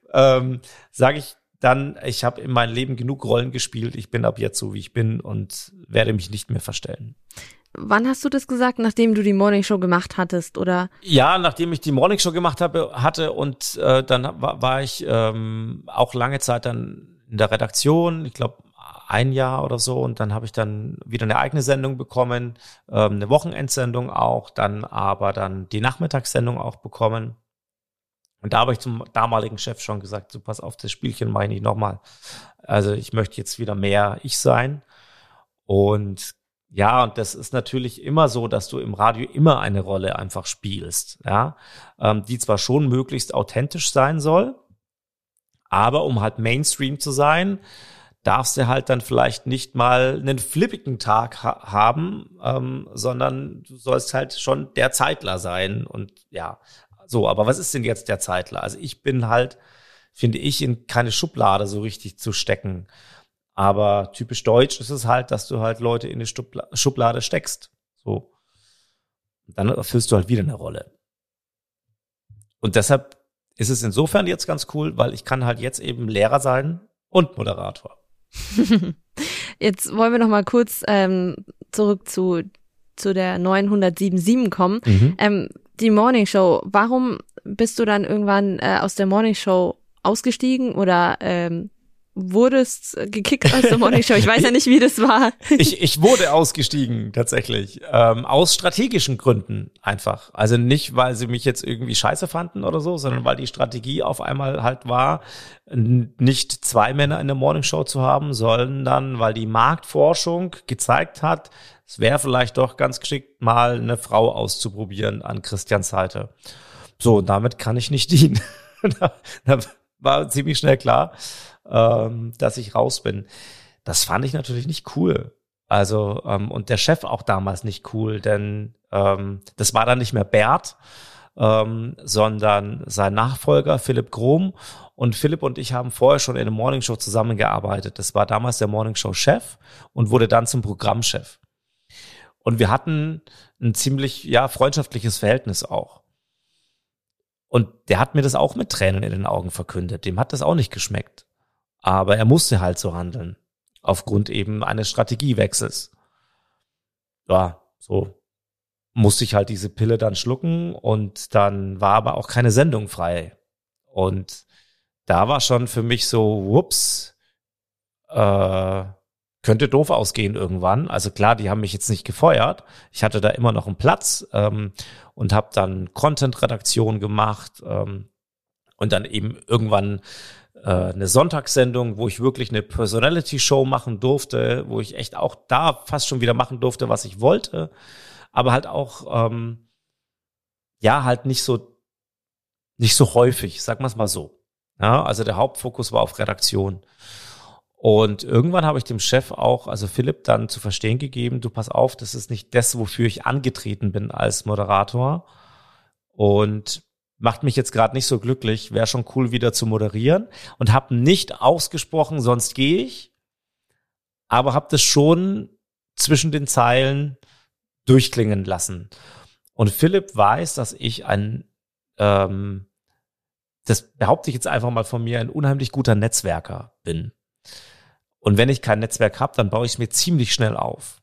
Speaker 1: sage ich dann, ich habe in meinem Leben genug Rollen gespielt, ich bin ab jetzt so, wie ich bin und werde mich nicht mehr verstellen.
Speaker 3: Wann hast du das gesagt, nachdem du die Morningshow gemacht hattest, oder?
Speaker 1: Ja, nachdem ich die Morningshow gemacht hatte und dann war ich auch lange Zeit dann in der Redaktion, ich glaube 1 Jahr oder so, und dann habe ich dann wieder eine eigene Sendung bekommen, eine Wochenendsendung auch, dann die Nachmittagssendung auch bekommen. Und da habe ich zum damaligen Chef schon gesagt, so pass auf, das Spielchen mache ich nicht nochmal. Also ich möchte jetzt wieder mehr ich sein. Und ja, und das ist natürlich immer so, dass du im Radio immer eine Rolle einfach spielst, ja, die zwar schon möglichst authentisch sein soll, aber um halt Mainstream zu sein, darfst du halt dann vielleicht nicht mal einen flippigen Tag haben, sondern du sollst halt schon der Zeitler sein und ja, so, aber was ist denn jetzt der Zeitler? Also ich bin halt, finde ich, in keine Schublade so richtig zu stecken. Aber typisch deutsch ist es halt, dass du halt Leute in eine Schublade steckst. So. Und dann erfüllst du halt wieder eine Rolle. Und deshalb ist es insofern jetzt ganz cool, weil ich kann halt jetzt eben Lehrer sein und Moderator.
Speaker 3: Jetzt wollen wir noch mal kurz zurück zu der 907.7 kommen. Die Morningshow, warum bist du dann irgendwann aus der Morningshow ausgestiegen oder wurdest gekickt aus der Morningshow? Ich weiß ja nicht, wie das war.
Speaker 1: Ich wurde ausgestiegen, tatsächlich. Aus strategischen Gründen einfach. Also nicht, weil sie mich jetzt irgendwie scheiße fanden oder so, sondern weil die Strategie auf einmal halt war, nicht 2 Männer in der Morningshow zu haben, sondern weil die Marktforschung gezeigt hat, es wäre vielleicht doch ganz geschickt, mal eine Frau auszuprobieren an Christians Seite. So, damit kann ich nicht dienen. Da war ziemlich schnell klar, dass ich raus bin. Das fand ich natürlich nicht cool. Also, und der Chef auch damals nicht cool, denn das war dann nicht mehr Bert, sondern sein Nachfolger Philipp Grohm. Und Philipp und ich haben vorher schon in der Morningshow zusammengearbeitet. Das war damals der Morningshow-Chef und wurde dann zum Programmchef. Und wir hatten ein ziemlich freundschaftliches Verhältnis auch. Und der hat mir das auch mit Tränen in den Augen verkündet. Dem hat das auch nicht geschmeckt. Aber er musste halt so handeln. Aufgrund eben eines Strategiewechsels. Ja, so musste ich halt diese Pille dann schlucken und dann war aber auch keine Sendung frei. Und da war schon für mich so, whoops, könnte doof ausgehen irgendwann. Also klar, die haben mich jetzt nicht gefeuert. Ich hatte da immer noch einen Platz und habe dann Content-Redaktion gemacht und dann eben irgendwann eine Sonntagssendung, wo ich wirklich eine Personality-Show machen durfte, wo ich echt auch da fast schon wieder machen durfte, was ich wollte, aber halt auch halt nicht so häufig, sagen wir es mal so. Ja, also der Hauptfokus war auf Redaktion. Und irgendwann habe ich dem Chef auch, also Philipp, dann zu verstehen gegeben, du pass auf, das ist nicht das, wofür ich angetreten bin als Moderator und macht mich jetzt gerade nicht so glücklich, wäre schon cool, wieder zu moderieren und habe nicht ausgesprochen, sonst gehe ich, aber habe das schon zwischen den Zeilen durchklingen lassen. Und Philipp weiß, dass ich das behaupte ich jetzt einfach mal von mir, ein unheimlich guter Netzwerker bin. Und wenn ich kein Netzwerk habe, dann baue ich es mir ziemlich schnell auf.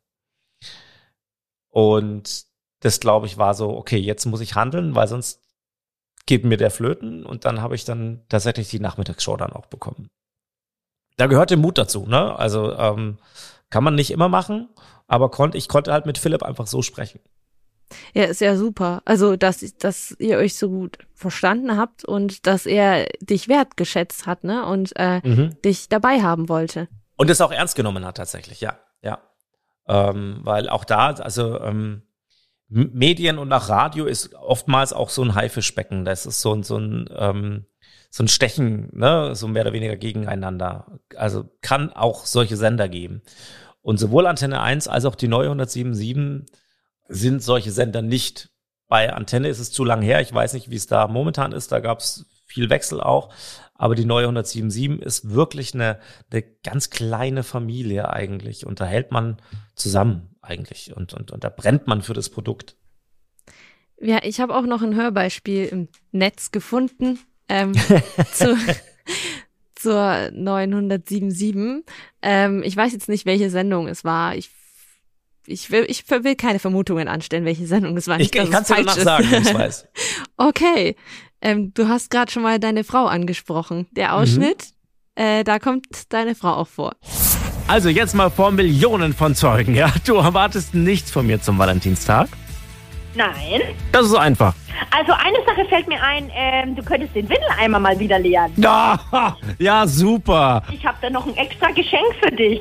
Speaker 1: Und das, glaube ich, war so, okay, jetzt muss ich handeln, weil sonst geht mir der flöten. Und dann habe ich dann tatsächlich die Nachmittagsshow dann auch bekommen. Da gehörte Mut dazu, ne? Also kann man nicht immer machen, aber ich konnte halt mit Philipp einfach so sprechen.
Speaker 3: Ja, ist ja super. Also, dass ihr euch so gut verstanden habt und dass er dich wertgeschätzt hat, ne? Und dich dabei haben wollte.
Speaker 1: Und es auch ernst genommen hat tatsächlich, ja. Weil auch da, also Medien und auch Radio ist oftmals auch so ein Haifischbecken. Das ist so ein Stechen, ne? So mehr oder weniger gegeneinander. Also kann auch solche Sender geben. Und sowohl Antenne 1 als auch die neue 107.7 sind solche Sender nicht. Bei Antenne ist es zu lang her. Ich weiß nicht, wie es da momentan ist. Da gab es viel Wechsel auch. Aber die neue 107.7 ist wirklich eine ganz kleine Familie eigentlich. Und da hält man zusammen eigentlich. Und da brennt man für das Produkt.
Speaker 3: Ja, ich habe auch noch ein Hörbeispiel im Netz gefunden zur neuen 107.7. Ich weiß jetzt nicht, welche Sendung es war. Ich will keine Vermutungen anstellen, welche Sendung es war.
Speaker 1: Ich kann es dir danach sagen, wenn ich es weiß.
Speaker 3: Okay, du hast gerade schon mal deine Frau angesprochen. Der Ausschnitt, da kommt deine Frau auch vor.
Speaker 4: Also jetzt mal vor Millionen von Zeugen, ja? Du erwartest nichts von mir zum Valentinstag?
Speaker 6: Nein.
Speaker 4: Das ist einfach.
Speaker 6: Also eine Sache fällt mir ein, du könntest den Windeleimer mal wieder leeren.
Speaker 4: Ja, super.
Speaker 6: Ich habe da noch ein extra Geschenk für dich.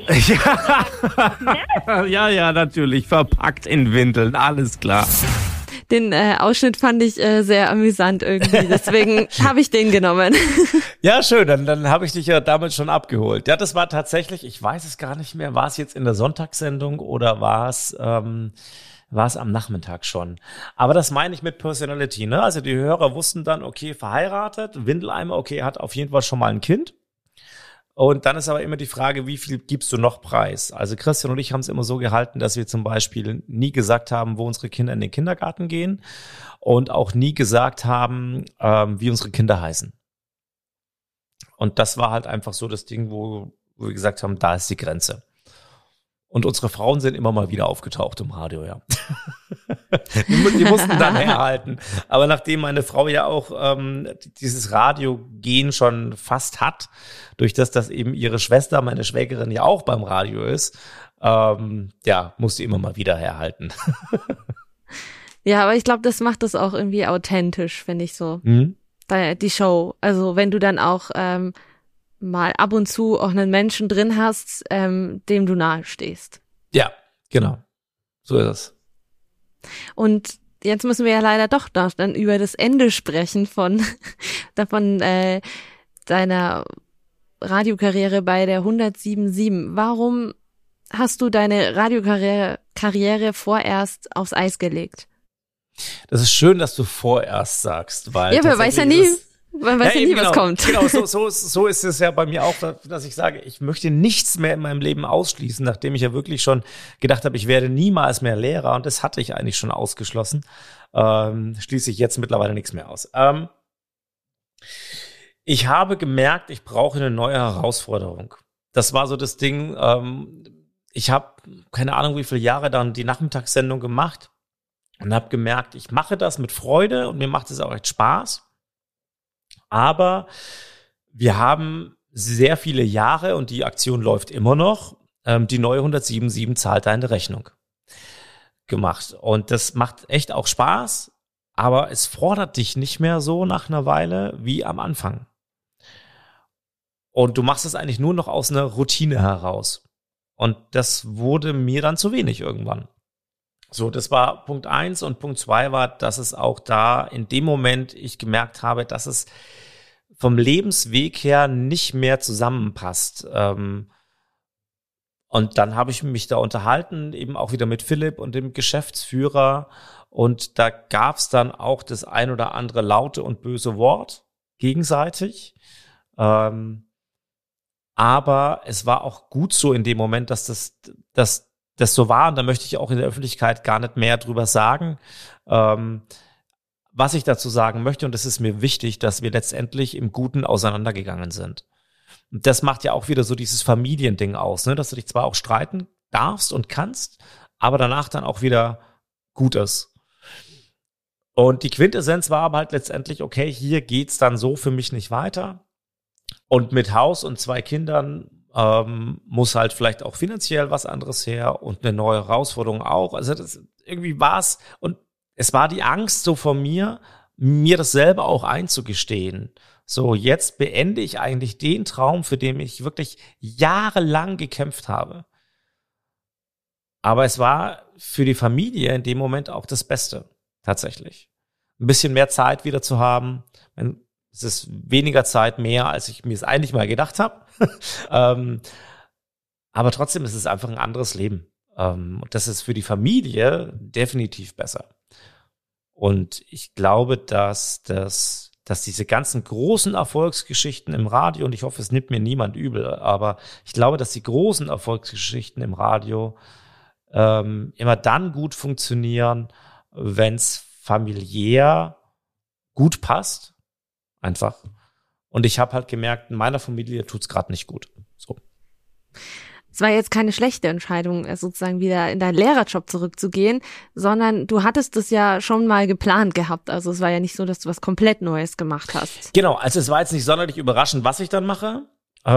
Speaker 4: Ja, natürlich. Verpackt in Windeln, alles klar.
Speaker 3: Den Ausschnitt fand ich sehr amüsant irgendwie, deswegen habe ich den genommen.
Speaker 1: Ja, schön, dann habe ich dich ja damit schon abgeholt. Ja, das war tatsächlich, ich weiß es gar nicht mehr, war es jetzt in der Sonntagssendung oder war es am Nachmittag schon. Aber das meine ich mit Personality, ne? Also die Hörer wussten dann, okay, verheiratet, Windeleimer, okay, er hat auf jeden Fall schon mal ein Kind. Und dann ist aber immer die Frage, wie viel gibst du noch preis? Also Christian und ich haben es immer so gehalten, dass wir zum Beispiel nie gesagt haben, wo unsere Kinder in den Kindergarten gehen und auch nie gesagt haben, wie unsere Kinder heißen. Und das war halt einfach so das Ding, wo wir gesagt haben, da ist die Grenze. Und unsere Frauen sind immer mal wieder aufgetaucht im Radio, ja. Die mussten dann herhalten. Aber nachdem meine Frau ja auch dieses Radio-Gen schon fast hat, durch das, dass eben ihre Schwester, meine Schwägerin, ja auch beim Radio ist, musste immer mal wieder herhalten.
Speaker 3: Ja, aber ich glaube, das macht das auch irgendwie authentisch, finde ich so. Die Show. Also wenn du dann auch mal ab und zu auch einen Menschen drin hast, dem du nahe stehst.
Speaker 1: Ja, genau. So ist es.
Speaker 3: Und jetzt müssen wir ja leider doch noch dann über das Ende sprechen von deiner Radiokarriere bei der 107.7. Warum hast du deine Radiokarriere vorerst aufs Eis gelegt?
Speaker 1: Das ist schön, dass du vorerst sagst, weil
Speaker 3: ja, man weiß ja nie, was kommt.
Speaker 1: Genau, so ist es ja bei mir auch, dass ich sage, ich möchte nichts mehr in meinem Leben ausschließen, nachdem ich ja wirklich schon gedacht habe, ich werde niemals mehr Lehrer, und das hatte ich eigentlich schon ausgeschlossen. Schließe ich jetzt mittlerweile nichts mehr aus. Ich habe gemerkt, ich brauche eine neue Herausforderung. Das war so das Ding. Ich habe keine Ahnung, wie viele Jahre dann die Nachmittagssendung gemacht und habe gemerkt, ich mache das mit Freude und mir macht es auch echt Spaß. Aber wir haben sehr viele Jahre, und die Aktion läuft immer noch, die neue 107.7 zahlt deine Rechnung gemacht. Und das macht echt auch Spaß, aber es fordert dich nicht mehr so nach einer Weile wie am Anfang. Und du machst es eigentlich nur noch aus einer Routine heraus. Und das wurde mir dann zu wenig irgendwann. So, das war Punkt 1. Und Punkt 2 war, dass es auch da in dem Moment ich gemerkt habe, dass es vom Lebensweg her nicht mehr zusammenpasst. Und dann habe ich mich da unterhalten, eben auch wieder mit Philipp und dem Geschäftsführer. Und da gab es dann auch das ein oder andere laute und böse Wort gegenseitig. Aber es war auch gut so in dem Moment, dass das so war. Und da möchte ich auch in der Öffentlichkeit gar nicht mehr drüber sagen. Was ich dazu sagen möchte, und das ist mir wichtig, dass wir letztendlich im Guten auseinandergegangen sind. Und das macht ja auch wieder so dieses Familiending aus, ne? Dass du dich zwar auch streiten darfst und kannst, aber danach dann auch wieder gut ist. Und die Quintessenz war aber halt letztendlich, okay, hier geht's dann so für mich nicht weiter. Und mit Haus und 2 Kindern muss halt vielleicht auch finanziell was anderes her und eine neue Herausforderung auch. Also das irgendwie war's, und es war die Angst so von mir das selber auch einzugestehen. So, jetzt beende ich eigentlich den Traum, für den ich wirklich jahrelang gekämpft habe. Aber es war für die Familie in dem Moment auch das Beste, tatsächlich. Ein bisschen mehr Zeit wieder zu haben. Es ist weniger Zeit mehr, als ich mir es eigentlich mal gedacht habe. Aber trotzdem ist es einfach ein anderes Leben. Und das ist für die Familie definitiv besser. Und ich glaube, dass diese ganzen großen Erfolgsgeschichten im Radio, und ich hoffe, es nimmt mir niemand übel, aber ich glaube, dass die großen Erfolgsgeschichten im Radio immer dann gut funktionieren, wenn es familiär gut passt. Einfach. Und ich habe halt gemerkt, in meiner Familie tut's gerade nicht gut. So.
Speaker 3: Es war jetzt keine schlechte Entscheidung, sozusagen wieder in deinen Lehrerjob zurückzugehen, sondern du hattest es ja schon mal geplant gehabt. Also es war ja nicht so, dass du was komplett Neues gemacht hast.
Speaker 1: Genau, also es war jetzt nicht sonderlich überraschend, was ich dann mache.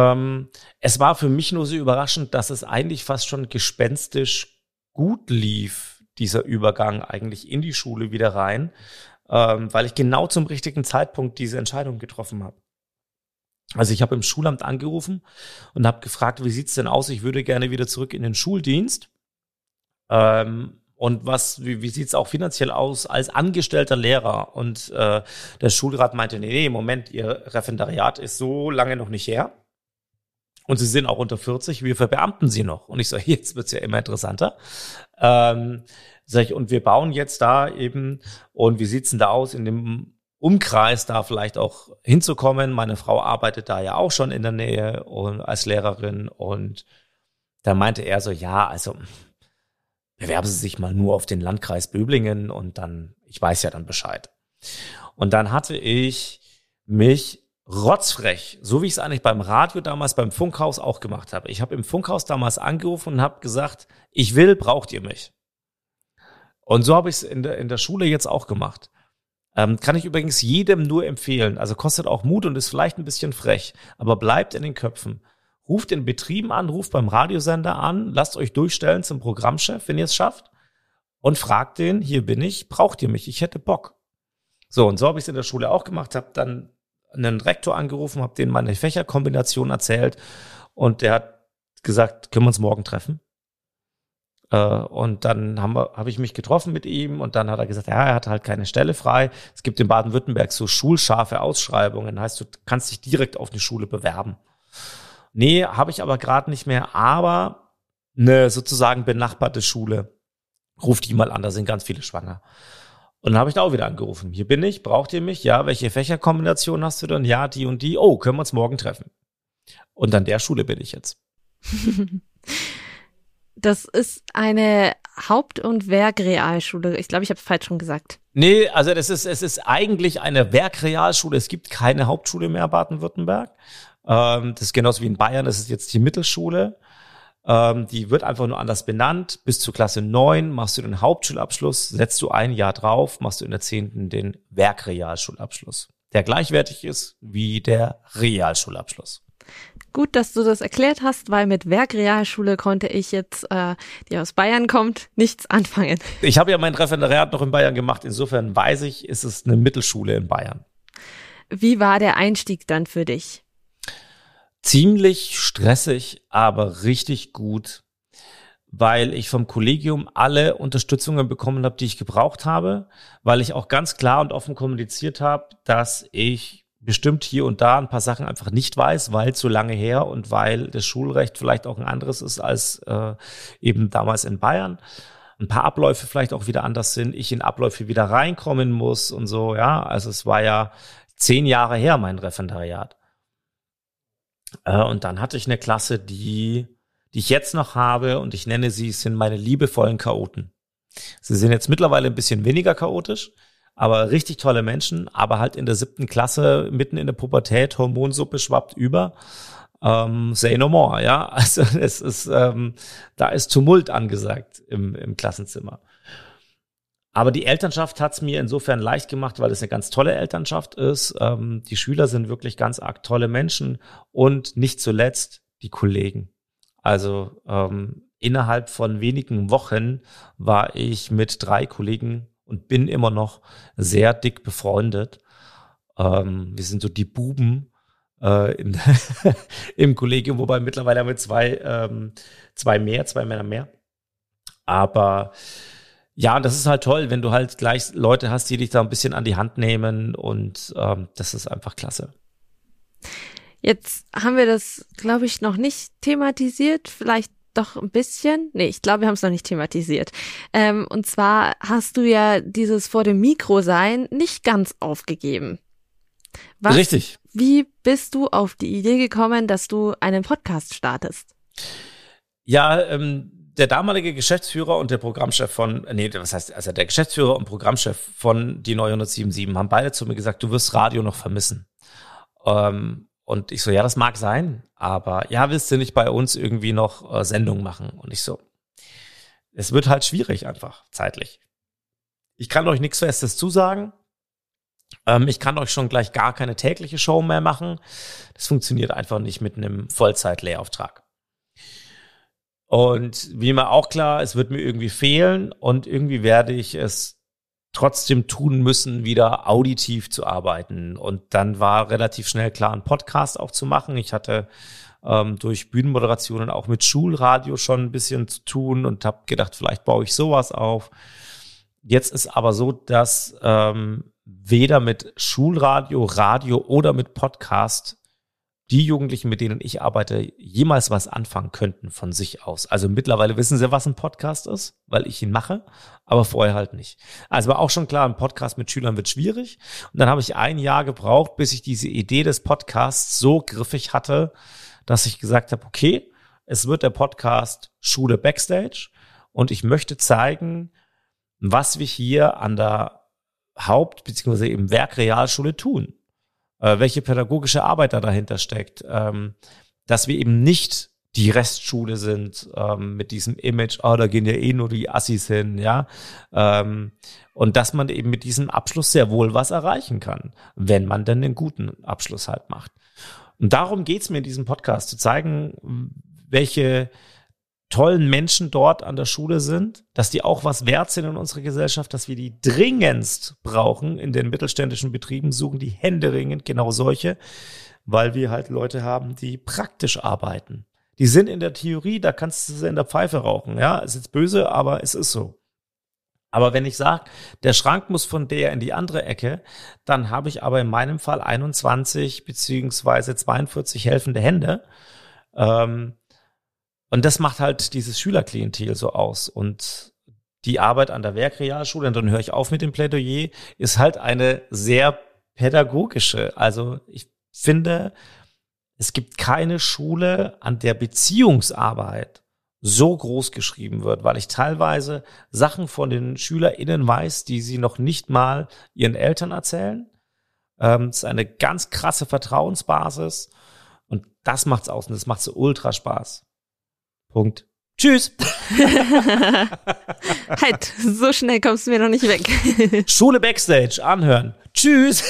Speaker 1: Es war für mich nur so überraschend, dass es eigentlich fast schon gespenstisch gut lief, dieser Übergang eigentlich in die Schule wieder rein. Weil ich genau zum richtigen Zeitpunkt diese Entscheidung getroffen habe. Also ich habe im Schulamt angerufen und habe gefragt, wie sieht's denn aus? Ich würde gerne wieder zurück in den Schuldienst. Und wie sieht's auch finanziell aus als angestellter Lehrer? Und der Schulrat meinte, nee, Moment, Ihr Referendariat ist so lange noch nicht her. Und Sie sind auch unter 40, wir verbeamten Sie noch. Und ich sage, jetzt wird's ja immer interessanter. Sag ich, und wir bauen jetzt da eben, und wie sieht's denn da aus, in dem Umkreis da vielleicht auch hinzukommen? Meine Frau arbeitet da ja auch schon in der Nähe und als Lehrerin, und da meinte er so, ja, also bewerben Sie sich mal nur auf den Landkreis Böblingen und dann, ich weiß ja dann Bescheid. Und dann hatte ich mich rotzfrech, so wie ich es eigentlich beim Radio damals beim Funkhaus auch gemacht habe. Ich habe im Funkhaus damals angerufen und habe gesagt, ich will, braucht ihr mich? Und so habe ich es in der Schule jetzt auch gemacht. Kann ich übrigens jedem nur empfehlen. Also kostet auch Mut und ist vielleicht ein bisschen frech, aber bleibt in den Köpfen. Ruft in Betrieben an, ruft beim Radiosender an, lasst euch durchstellen zum Programmchef, wenn ihr es schafft, und fragt den, hier bin ich, braucht ihr mich? Ich hätte Bock. So, und so habe ich es in der Schule auch gemacht, habe dann einen Rektor angerufen, habe denen meine Fächerkombination erzählt, und der hat gesagt, können wir uns morgen treffen? Und dann habe ich mich getroffen mit ihm und dann hat er gesagt, ja, er hat halt keine Stelle frei. Es gibt in Baden-Württemberg so schulscharfe Ausschreibungen, heißt, du kannst dich direkt auf eine Schule bewerben. Nee, habe ich aber gerade nicht mehr, aber eine sozusagen benachbarte Schule. Ruf die mal an, da sind ganz viele schwanger. Und dann habe ich da auch wieder angerufen. Hier bin ich, braucht ihr mich? Ja, welche Fächerkombination hast du denn? Ja, die und die. Oh, können wir uns morgen treffen? Und an der Schule bin ich jetzt.
Speaker 3: Das ist eine Haupt- und Werkrealschule. Ich glaube, ich habe es falsch schon gesagt.
Speaker 1: Nee, also es ist eigentlich eine Werkrealschule. Es gibt keine Hauptschule mehr in Baden-Württemberg. Das ist genauso wie in Bayern. Das ist jetzt die Mittelschule. Die wird einfach nur anders benannt. Bis zur Klasse 9 machst du den Hauptschulabschluss, setzt du ein Jahr drauf, machst du in der 10. den Werkrealschulabschluss, der gleichwertig ist wie der Realschulabschluss.
Speaker 3: Gut, dass du das erklärt hast, weil mit Werkrealschule konnte ich jetzt, die aus Bayern kommt, nichts anfangen.
Speaker 1: Ich habe ja mein Referendariat noch in Bayern gemacht. Insofern weiß ich, ist es eine Mittelschule in Bayern.
Speaker 3: Wie war der Einstieg dann für dich?
Speaker 1: Ziemlich stressig, aber richtig gut, weil ich vom Kollegium alle Unterstützungen bekommen habe, die ich gebraucht habe, weil ich auch ganz klar und offen kommuniziert habe, dass ich bestimmt hier und da ein paar Sachen einfach nicht weiß, weil zu lange her und weil das Schulrecht vielleicht auch ein anderes ist als eben damals in Bayern. Ein paar Abläufe vielleicht auch wieder anders sind, ich in Abläufe wieder reinkommen muss und so, ja. Also es war ja 10 Jahre her, mein Referendariat. Und dann hatte ich eine Klasse, die ich jetzt noch habe und ich nenne sie, sind meine liebevollen Chaoten. Sie sind jetzt mittlerweile ein bisschen weniger chaotisch, aber richtig tolle Menschen, aber halt in der 7. Klasse, mitten in der Pubertät, Hormonsuppe schwappt über. Say no more, ja. Also es ist, da ist Tumult angesagt im Klassenzimmer. Aber die Elternschaft hat es mir insofern leicht gemacht, weil es eine ganz tolle Elternschaft ist. Die Schüler sind wirklich ganz arg tolle Menschen und nicht zuletzt die Kollegen. Also innerhalb von wenigen Wochen war ich mit 3 Kollegen und bin immer noch sehr dick befreundet. Wir sind so die Buben im Kollegium, wobei mittlerweile haben wir zwei Männer mehr. Aber ja, das ist halt toll, wenn du halt gleich Leute hast, die dich da ein bisschen an die Hand nehmen und das ist einfach klasse.
Speaker 3: Jetzt haben wir das, glaube ich, noch nicht thematisiert, vielleicht doch ein bisschen. Nee, ich glaube, wir haben es noch nicht thematisiert. Und zwar hast du ja dieses vor dem Mikro sein nicht ganz aufgegeben.
Speaker 1: Richtig.
Speaker 3: Wie bist du auf die Idee gekommen, dass du einen Podcast startest?
Speaker 1: Ja, der damalige Geschäftsführer und der Programmchef der Geschäftsführer und Programmchef von die Neue 1077 haben beide zu mir gesagt, du wirst Radio noch vermissen. Und ich so, ja, das mag sein, aber ja, willst du nicht bei uns irgendwie noch Sendungen machen? Und ich so, es wird halt schwierig einfach, zeitlich. Ich kann euch nichts Festes zusagen. Ich kann euch schon gleich gar keine tägliche Show mehr machen. Das funktioniert einfach nicht mit einem Vollzeit-Lehrauftrag. Und wie mir auch klar, es wird mir irgendwie fehlen und irgendwie werde ich es trotzdem tun müssen, wieder auditiv zu arbeiten. Und dann war relativ schnell klar, einen Podcast auch zu machen. Ich hatte durch Bühnenmoderationen auch mit Schulradio schon ein bisschen zu tun und habe gedacht, vielleicht baue ich sowas auf. Jetzt ist aber so, dass weder mit Schulradio, Radio oder mit Podcast die Jugendlichen, mit denen ich arbeite, jemals was anfangen könnten von sich aus. Also mittlerweile wissen sie, was ein Podcast ist, weil ich ihn mache, aber vorher halt nicht. Also war auch schon klar, ein Podcast mit Schülern wird schwierig. Und dann habe ich 1 Jahr gebraucht, bis ich diese Idee des Podcasts so griffig hatte, dass ich gesagt habe, okay, es wird der Podcast Schule Backstage und ich möchte zeigen, was wir hier an der Haupt- bzw. eben Werkrealschule tun. Welche pädagogische Arbeit da dahinter steckt, dass wir eben nicht die Restschule sind mit diesem Image, da gehen ja eh nur die Assis hin, ja, und dass man eben mit diesem Abschluss sehr wohl was erreichen kann, wenn man denn einen guten Abschluss halt macht. Und darum geht's mir in diesem Podcast, zu zeigen, welche tollen Menschen dort an der Schule sind, dass die auch was wert sind in unserer Gesellschaft, dass wir die dringendst brauchen in den mittelständischen Betrieben, suchen die händeringend genau solche, weil wir halt Leute haben, die praktisch arbeiten, Die sind in der Theorie, da kannst du sie in der Pfeife rauchen. Ja, ist jetzt böse, aber es ist so. Aber wenn ich sage, der Schrank muss von der in die andere Ecke, dann habe ich aber in meinem Fall 21 beziehungsweise 42 helfende Hände. Und das macht halt dieses Schülerklientel so aus. Und die Arbeit an der Werkrealschule, und dann höre ich auf mit dem Plädoyer, ist halt eine sehr pädagogische. Also ich finde, es gibt keine Schule, an der Beziehungsarbeit so groß geschrieben wird, weil ich teilweise Sachen von den SchülerInnen weiß, die sie noch nicht mal ihren Eltern erzählen. Es ist eine ganz krasse Vertrauensbasis und das macht's aus und das macht so ultra Spaß. Punkt. Tschüss.
Speaker 3: Halt, so schnell kommst du mir noch nicht weg.
Speaker 1: Schule Backstage, anhören. Tschüss.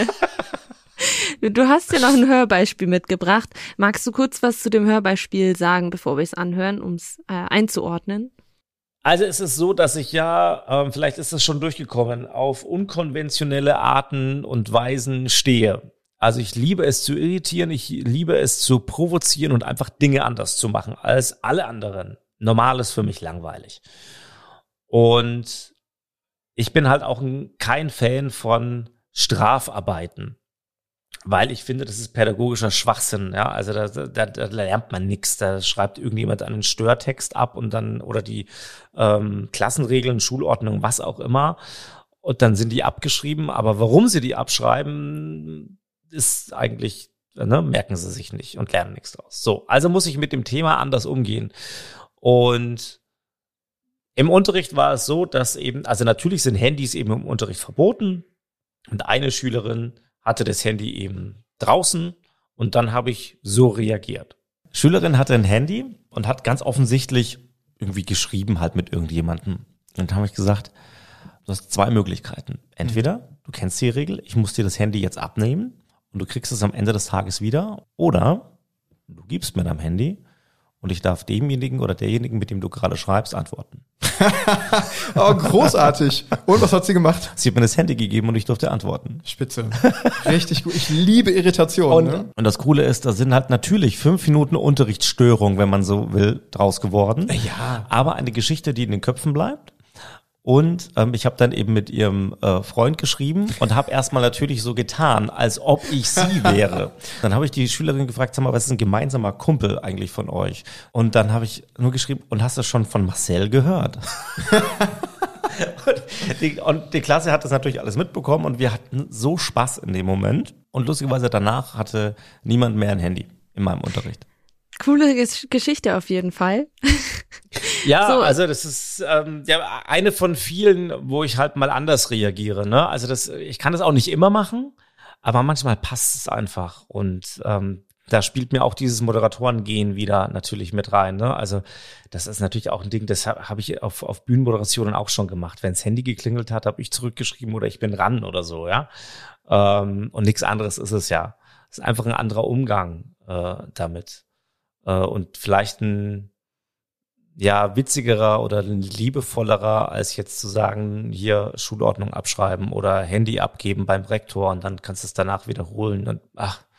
Speaker 3: Du hast ja noch ein Hörbeispiel mitgebracht. Magst du kurz was zu dem Hörbeispiel sagen, bevor wir es anhören, um es einzuordnen?
Speaker 1: Also es ist so, dass ich ja, vielleicht ist es schon durchgekommen, auf unkonventionelle Arten und Weisen stehe. Also ich liebe es zu irritieren, ich liebe es zu provozieren und einfach Dinge anders zu machen als alle anderen. Normal ist für mich langweilig. Und ich bin halt auch kein Fan von Strafarbeiten. Weil ich finde, das ist pädagogischer Schwachsinn, ja, also da lernt man nichts, da schreibt irgendjemand einen Störtext ab und dann, oder die Klassenregeln, Schulordnung, was auch immer, und dann sind die abgeschrieben, aber warum sie die abschreiben, ist eigentlich, merken sie sich nicht und lernen nichts draus. So, also muss ich mit dem Thema anders umgehen. Und im Unterricht war es so, dass eben, also natürlich sind Handys eben im Unterricht verboten und eine Schülerin hatte das Handy eben draußen und dann habe ich so reagiert. Schülerin hatte ein Handy und hat ganz offensichtlich irgendwie geschrieben halt mit irgendjemandem. Und dann habe ich gesagt, du hast zwei Möglichkeiten. Entweder du kennst die Regel, ich muss dir das Handy jetzt abnehmen und du kriegst es am Ende des Tages wieder, oder du gibst mir dein Handy und ich darf demjenigen oder derjenigen, mit dem du gerade schreibst, antworten.
Speaker 7: Oh, großartig. Und was hat sie gemacht?
Speaker 1: Sie hat mir das Handy gegeben und ich durfte antworten.
Speaker 7: Spitze. Richtig gut. Ich liebe Irritation.
Speaker 1: Und das Coole ist, da sind halt natürlich 5 Minuten Unterrichtsstörung, wenn man so will, draus geworden.
Speaker 7: Ja.
Speaker 1: Aber eine Geschichte, die in den Köpfen bleibt. Und ich habe dann eben mit ihrem Freund geschrieben und habe erstmal natürlich so getan, als ob ich sie wäre. Dann habe ich die Schülerin gefragt, sag mal, was ist ein gemeinsamer Kumpel eigentlich von euch? Und dann habe ich nur geschrieben, und hast du schon von Marcel gehört? und die Klasse hat das natürlich alles mitbekommen und wir hatten so Spaß in dem Moment. Und lustigerweise danach hatte niemand mehr ein Handy in meinem Unterricht.
Speaker 3: Coole Geschichte auf jeden Fall.
Speaker 1: Ja,
Speaker 3: so.
Speaker 1: Also das ist eine von vielen, wo ich halt mal anders reagiere. Ne? Also ich kann das auch nicht immer machen, aber manchmal passt es einfach. Und da spielt mir auch dieses Moderatorengehen wieder natürlich mit rein. Ne? Also das ist natürlich auch ein Ding, das habe ich auf Bühnenmoderationen auch schon gemacht. Wenn das Handy geklingelt hat, habe ich zurückgeschrieben oder ich bin ran oder so. Ja, und nichts anderes ist es ja. Es ist einfach ein anderer Umgang damit. Und vielleicht ein witzigerer oder ein liebevollerer, als jetzt zu sagen, hier Schulordnung abschreiben oder Handy abgeben beim Rektor und dann kannst du es danach wiederholen und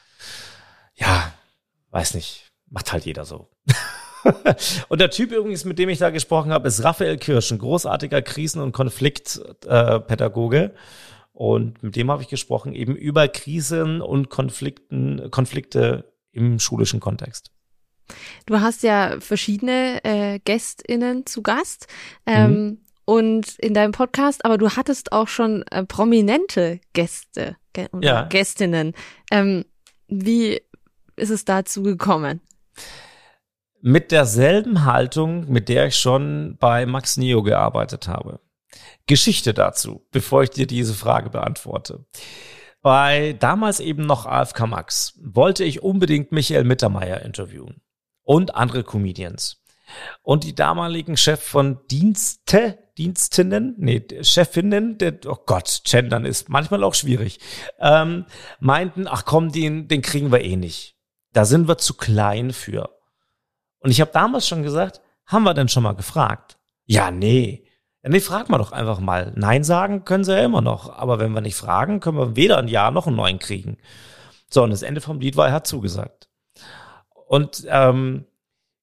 Speaker 1: weiß nicht, macht halt jeder so. Und der Typ übrigens, mit dem ich da gesprochen habe, ist Raphael Kirsch, ein großartiger Krisen- und Konfliktpädagoge. Und mit dem habe ich gesprochen eben über Krisen und Konflikte im schulischen Kontext.
Speaker 3: Du hast ja verschiedene GästInnen zu Gast und in deinem Podcast, aber du hattest auch schon prominente Gäste oder Gästinnen. Wie ist es dazu gekommen?
Speaker 1: Mit derselben Haltung, mit der ich schon bei Max Neo gearbeitet habe. Geschichte dazu, bevor ich dir diese Frage beantworte. Bei damals eben noch AFK Max wollte ich unbedingt Michael Mittermeier interviewen. Und andere Comedians. Und die damaligen Chef von Chefinnen, gendern ist manchmal auch schwierig, meinten, ach komm, den kriegen wir eh nicht. Da sind wir zu klein für. Und ich habe damals schon gesagt, haben wir denn schon mal gefragt? Ja, nee, frag mal doch einfach mal. Nein sagen können sie ja immer noch. Aber wenn wir nicht fragen, können wir weder ein Ja noch einen Neuen kriegen. So, und das Ende vom Lied war, er hat zugesagt. Und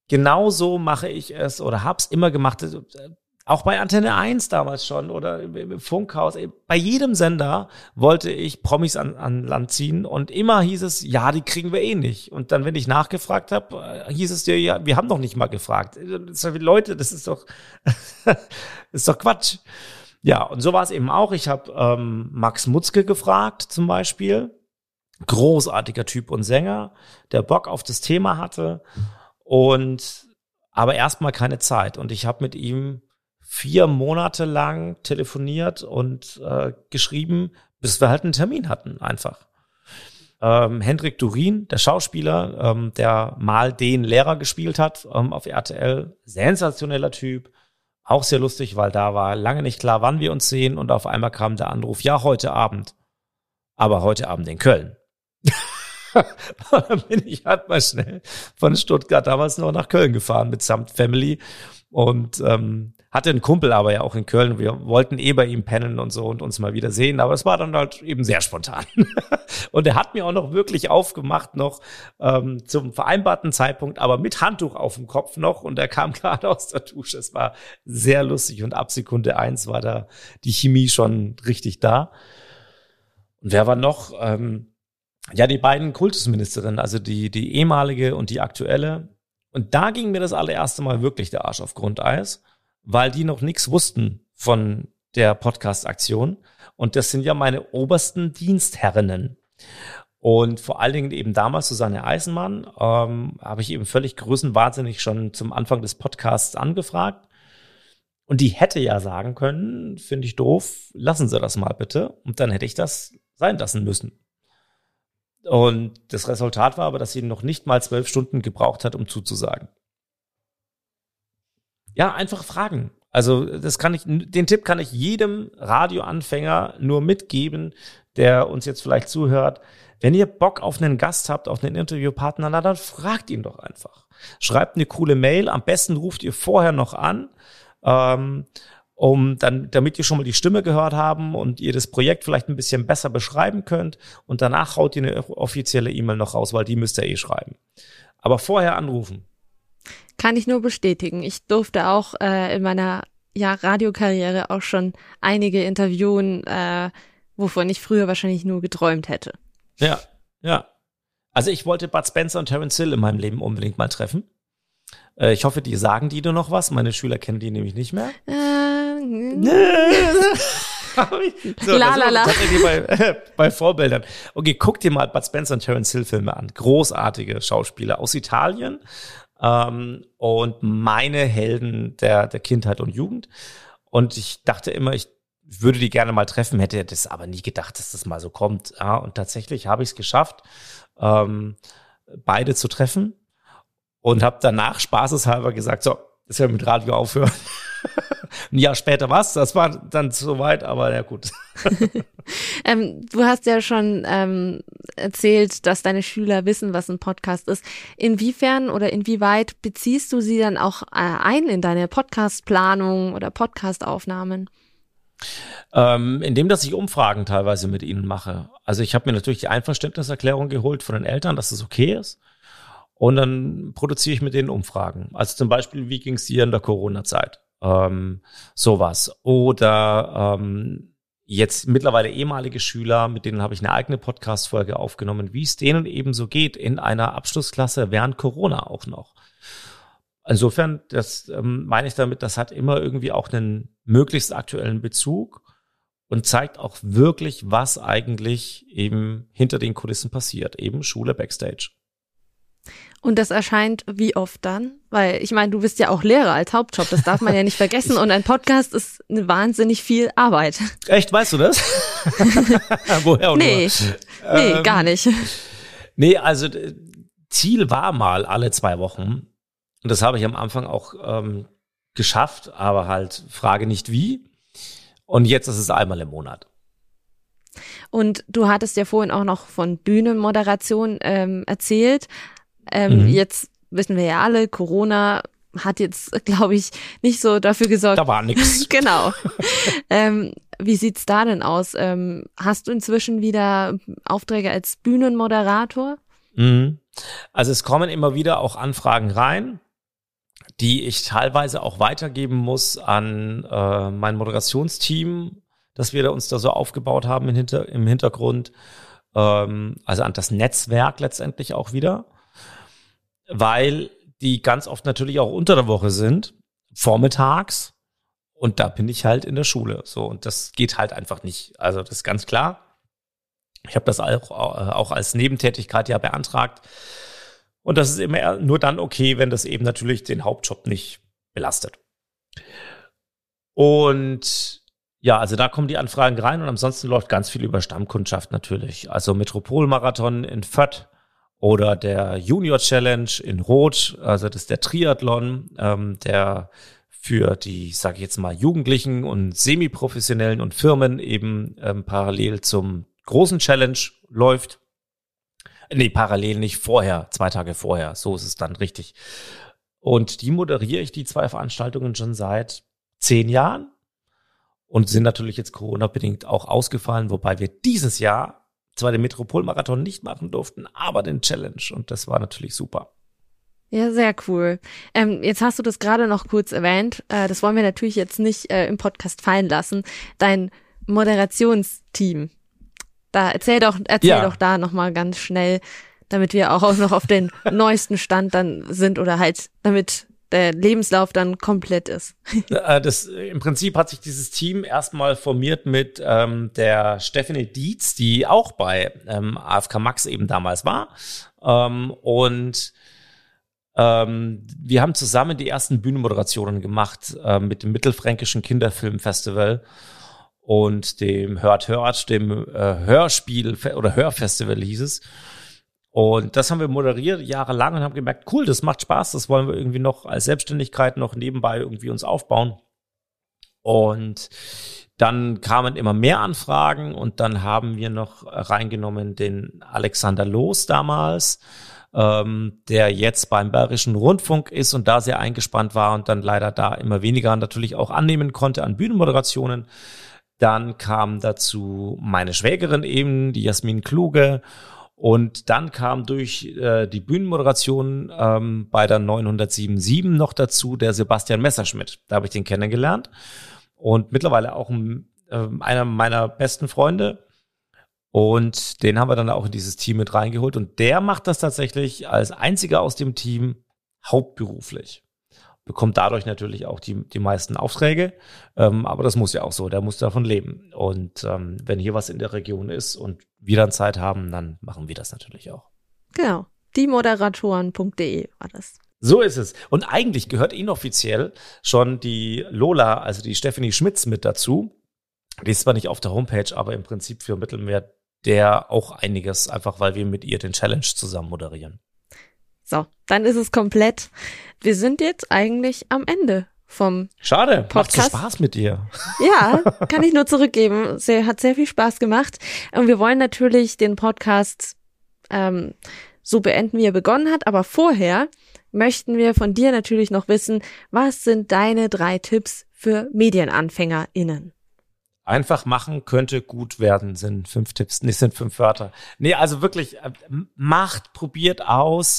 Speaker 1: Genau so mache ich es oder hab's immer gemacht. Auch bei Antenne 1 damals schon oder im Funkhaus. Bei jedem Sender wollte ich Promis an Land ziehen und immer hieß es, ja, die kriegen wir eh nicht. Und dann, wenn ich nachgefragt habe, hieß es dir, ja, wir haben doch nicht mal gefragt. Leute, das ist doch, ist doch Quatsch. Ja, und so war es eben auch. Ich habe Max Mutzke gefragt zum Beispiel. Großartiger Typ und Sänger, der Bock auf das Thema hatte und aber erstmal keine Zeit. Und ich habe mit ihm 4 Monate lang telefoniert und geschrieben, bis wir halt einen Termin hatten, einfach. Hendrik Durin, der Schauspieler, der mal den Lehrer gespielt hat auf RTL, sensationeller Typ, auch sehr lustig, weil da war lange nicht klar, wann wir uns sehen und auf einmal kam der Anruf, ja, heute Abend, aber heute Abend in Köln. Dann bin ich halt mal schnell von Stuttgart damals noch nach Köln gefahren mitsamt Family und hatte einen Kumpel aber ja auch in Köln. Wir wollten bei ihm pennen und so und uns mal wieder sehen, aber es war dann halt eben sehr spontan. Und er hat mir auch noch wirklich aufgemacht, noch zum vereinbarten Zeitpunkt, aber mit Handtuch auf dem Kopf noch und er kam gerade aus der Dusche. Es war sehr lustig und ab Sekunde 1 war da die Chemie schon richtig da. Und wer war noch? Ja, die beiden Kultusministerinnen, also die ehemalige und die aktuelle. Und da ging mir das allererste Mal wirklich der Arsch auf Grundeis, weil die noch nichts wussten von der Podcast-Aktion. Und das sind ja meine obersten Dienstherrinnen. Und vor allen Dingen eben damals Susanne Eisenmann, habe ich eben völlig größenwahnsinnig schon zum Anfang des Podcasts angefragt. Und die hätte ja sagen können, finde ich doof, lassen Sie das mal bitte. Und dann hätte ich das sein lassen müssen. Und das Resultat war aber, dass sie noch nicht mal 12 Stunden gebraucht hat, um zuzusagen. Ja, einfach fragen. Also den Tipp kann ich jedem Radioanfänger nur mitgeben, der uns jetzt vielleicht zuhört. Wenn ihr Bock auf einen Gast habt, auf einen Interviewpartner, dann fragt ihn doch einfach. Schreibt eine coole Mail. Am besten ruft ihr vorher noch an, damit ihr schon mal die Stimme gehört haben und ihr das Projekt vielleicht ein bisschen besser beschreiben könnt und danach haut ihr eine offizielle E-Mail noch raus, weil die müsst ihr schreiben. Aber vorher anrufen.
Speaker 3: Kann ich nur bestätigen. Ich durfte auch in meiner Radiokarriere auch schon einige interviewen, wovon ich früher wahrscheinlich nur geträumt hätte.
Speaker 1: Ja. Also ich wollte Bud Spencer und Terence Hill in meinem Leben unbedingt mal treffen. Ich hoffe, die sagen dir noch was. Meine Schüler kennen die nämlich nicht mehr. So, tatsächlich bei Vorbildern. Okay, guck dir mal Bud Spencer und Terence Hill Filme an. Großartige Schauspieler aus Italien und meine Helden der Kindheit und Jugend. Und ich dachte immer, ich würde die gerne mal treffen, hätte das aber nie gedacht, dass das mal so kommt. Ja, und tatsächlich habe ich es geschafft, beide zu treffen und habe danach spaßeshalber gesagt, so, jetzt werden wir mit Radio aufhören. Ein Jahr später das war dann soweit, aber ja gut.
Speaker 3: Du hast ja schon erzählt, dass deine Schüler wissen, was ein Podcast ist. Inwiefern oder inwieweit beziehst du sie dann auch ein in deine Podcast-Planung oder Podcast-Aufnahmen?
Speaker 1: Indem, dass ich Umfragen teilweise mit ihnen mache. Also ich habe mir natürlich die Einverständniserklärung geholt von den Eltern, dass es okay ist. Und dann produziere ich mit denen Umfragen. Also zum Beispiel, wie ging es dir in der Corona-Zeit? Sowas. Oder jetzt mittlerweile ehemalige Schüler, mit denen habe ich eine eigene Podcast-Folge aufgenommen, wie es denen eben so geht in einer Abschlussklasse während Corona auch noch. Insofern, das meine ich damit, das hat immer irgendwie auch einen möglichst aktuellen Bezug und zeigt auch wirklich, was eigentlich eben hinter den Kulissen passiert. Eben Schule Backstage.
Speaker 3: Und das erscheint wie oft dann? Weil ich meine, du bist ja auch Lehrer als Hauptjob, das darf man ja nicht vergessen. Und ein Podcast ist eine wahnsinnig viel Arbeit.
Speaker 1: Echt, weißt du das? Woher auch
Speaker 3: Nee, gar nicht.
Speaker 1: Nee, also Ziel war mal alle 2 Wochen. Und das habe ich am Anfang auch geschafft, aber halt Frage nicht wie. Und jetzt ist es einmal im Monat. Und
Speaker 3: du hattest ja vorhin auch noch von Bühnenmoderation erzählt. Jetzt wissen wir ja alle, Corona hat jetzt, glaube ich, nicht so dafür gesorgt.
Speaker 1: Da war nix.
Speaker 3: Genau. Wie sieht's da denn aus? Hast du inzwischen wieder Aufträge als Bühnenmoderator?
Speaker 1: Also es kommen immer wieder auch Anfragen rein. die ich teilweise auch weitergeben muss an mein Moderationsteam, das wir uns da so aufgebaut haben im Hintergrund, also an das Netzwerk letztendlich auch wieder, weil die ganz oft natürlich auch unter der Woche sind, vormittags, und da bin ich halt in der Schule. So, und das geht halt einfach nicht. Also das ist ganz klar. Ich habe das auch als Nebentätigkeit ja beantragt. Und das ist immer nur dann okay, wenn das eben natürlich den Hauptjob nicht belastet. Und ja, also da kommen die Anfragen rein und ansonsten läuft ganz viel über Stammkundschaft natürlich. Also Metropolmarathon in Fürth oder der Junior Challenge in Roth, also das ist der Triathlon, der für die, sage ich jetzt mal, Jugendlichen und Semiprofessionellen und Firmen eben parallel zum großen Challenge läuft. Nee, parallel nicht, vorher, 2 Tage vorher, so ist es dann richtig. Und die moderiere ich, die 2 Veranstaltungen, schon seit 10 Jahren und sind natürlich jetzt Corona-bedingt auch ausgefallen, wobei wir dieses Jahr zwar den Metropolmarathon nicht machen durften, aber den Challenge, und das war natürlich super.
Speaker 3: Ja, sehr cool. Jetzt hast du das gerade noch kurz erwähnt. Das wollen wir natürlich jetzt nicht im Podcast fallen lassen. Dein Moderationsteam. Da erzähl doch da nochmal ganz schnell, damit wir auch noch auf den neuesten Stand dann sind oder halt, damit der Lebenslauf dann komplett ist.
Speaker 1: Im Prinzip hat sich dieses Team erstmal formiert mit der Stephanie Dietz, die auch bei AFK Max eben damals war. Wir haben zusammen die ersten Bühnenmoderationen gemacht mit dem Mittelfränkischen Kinderfilmfestival und dem Hört, dem Hörspiel oder Hörfestival hieß es. Und das haben wir moderiert jahrelang und haben gemerkt, cool, das macht Spaß, das wollen wir irgendwie noch als Selbstständigkeit noch nebenbei irgendwie uns aufbauen. Und dann kamen immer mehr Anfragen und dann haben wir noch reingenommen den Alexander Loos damals, der jetzt beim Bayerischen Rundfunk ist und da sehr eingespannt war und dann leider da immer weniger natürlich auch annehmen konnte an Bühnenmoderationen. Dann kam dazu meine Schwägerin eben, die Jasmin Kluge. Und dann kam durch die Bühnenmoderation bei der 977 noch dazu der Sebastian Messerschmidt. Da habe ich den kennengelernt und mittlerweile auch einer meiner besten Freunde. Und den haben wir dann auch in dieses Team mit reingeholt. Und der macht das tatsächlich als einziger aus dem Team hauptberuflich. Bekommt dadurch natürlich auch die meisten Aufträge. Aber das muss ja auch so, der muss davon leben. Und wenn hier was in der Region ist und wir dann Zeit haben, dann machen wir das natürlich auch.
Speaker 3: Genau, diemoderatoren.de war das.
Speaker 1: So ist es. Und eigentlich gehört inoffiziell schon die Lola, also die Stephanie Schmitz mit dazu. Die ist zwar nicht auf der Homepage, aber im Prinzip für Mittelmeer der auch einiges, einfach weil wir mit ihr den Challenge zusammen moderieren. So,
Speaker 3: dann ist es komplett. Wir sind jetzt eigentlich am Ende vom
Speaker 1: Schade,
Speaker 3: Podcast.
Speaker 1: Macht so Spaß mit dir.
Speaker 3: Ja, kann ich nur zurückgeben. Hat sehr viel Spaß gemacht. Und wir wollen natürlich den Podcast so beenden, wie er begonnen hat. Aber vorher möchten wir von dir natürlich noch wissen, was sind deine 3 Tipps für MedienanfängerInnen?
Speaker 1: Einfach machen könnte gut werden, sind 5 Tipps, nicht sind 5 Wörter. Nee, also wirklich, macht, probiert aus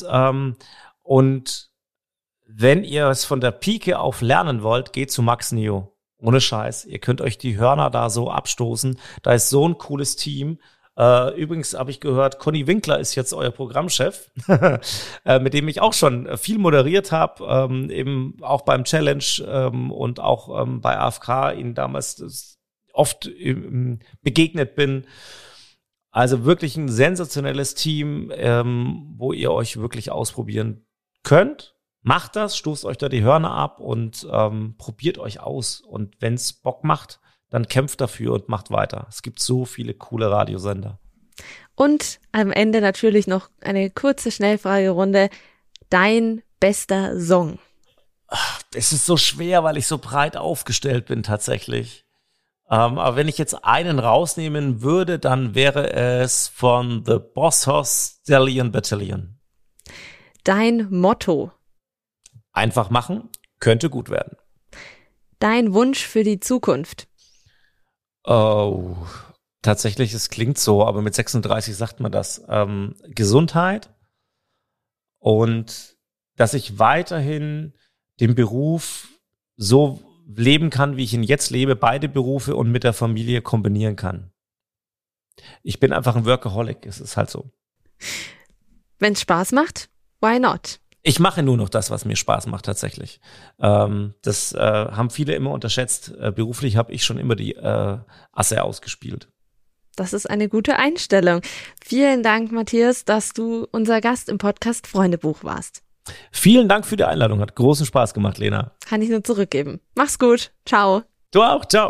Speaker 1: und wenn ihr es von der Pike auf lernen wollt, geht zu Max Neo. Ohne Scheiß. Ihr könnt euch die Hörner da so abstoßen. Da ist so ein cooles Team. Übrigens habe ich gehört, Conny Winkler ist jetzt euer Programmchef, mit dem ich auch schon viel moderiert habe, eben auch beim Challenge und auch bei AFK ihn damals oft begegnet bin. Also wirklich ein sensationelles Team, wo ihr euch wirklich ausprobieren könnt. Macht das, stoßt euch da die Hörner ab und probiert euch aus. Und wenn es Bock macht, dann kämpft dafür und macht weiter. Es gibt so viele coole Radiosender.
Speaker 3: Und am Ende natürlich noch eine kurze Schnellfragerunde. Dein bester Song?
Speaker 1: Es ist so schwer, weil ich so breit aufgestellt bin tatsächlich. Aber wenn ich jetzt einen rausnehmen würde, dann wäre es von The Boss Hoss Stallion Battalion.
Speaker 3: Dein Motto?
Speaker 1: Einfach machen, könnte gut werden.
Speaker 3: Dein Wunsch für die Zukunft?
Speaker 1: Oh, tatsächlich, es klingt so, aber mit 36 sagt man das. Gesundheit und dass ich weiterhin den Beruf so leben kann, wie ich ihn jetzt lebe, beide Berufe und mit der Familie kombinieren kann. Ich bin einfach ein Workaholic, es ist halt so.
Speaker 3: Wenn es Spaß macht, why not?
Speaker 1: Ich mache nur noch das, was mir Spaß macht tatsächlich. Das haben viele immer unterschätzt. Beruflich habe ich schon immer die Asse ausgespielt.
Speaker 3: Das ist eine gute Einstellung. Vielen Dank, Matthias, dass du unser Gast im Podcast Freundebuch warst.
Speaker 1: Vielen Dank für die Einladung. Hat großen Spaß gemacht, Lena.
Speaker 3: Kann ich nur zurückgeben. Mach's gut. Ciao.
Speaker 1: Du auch. Ciao.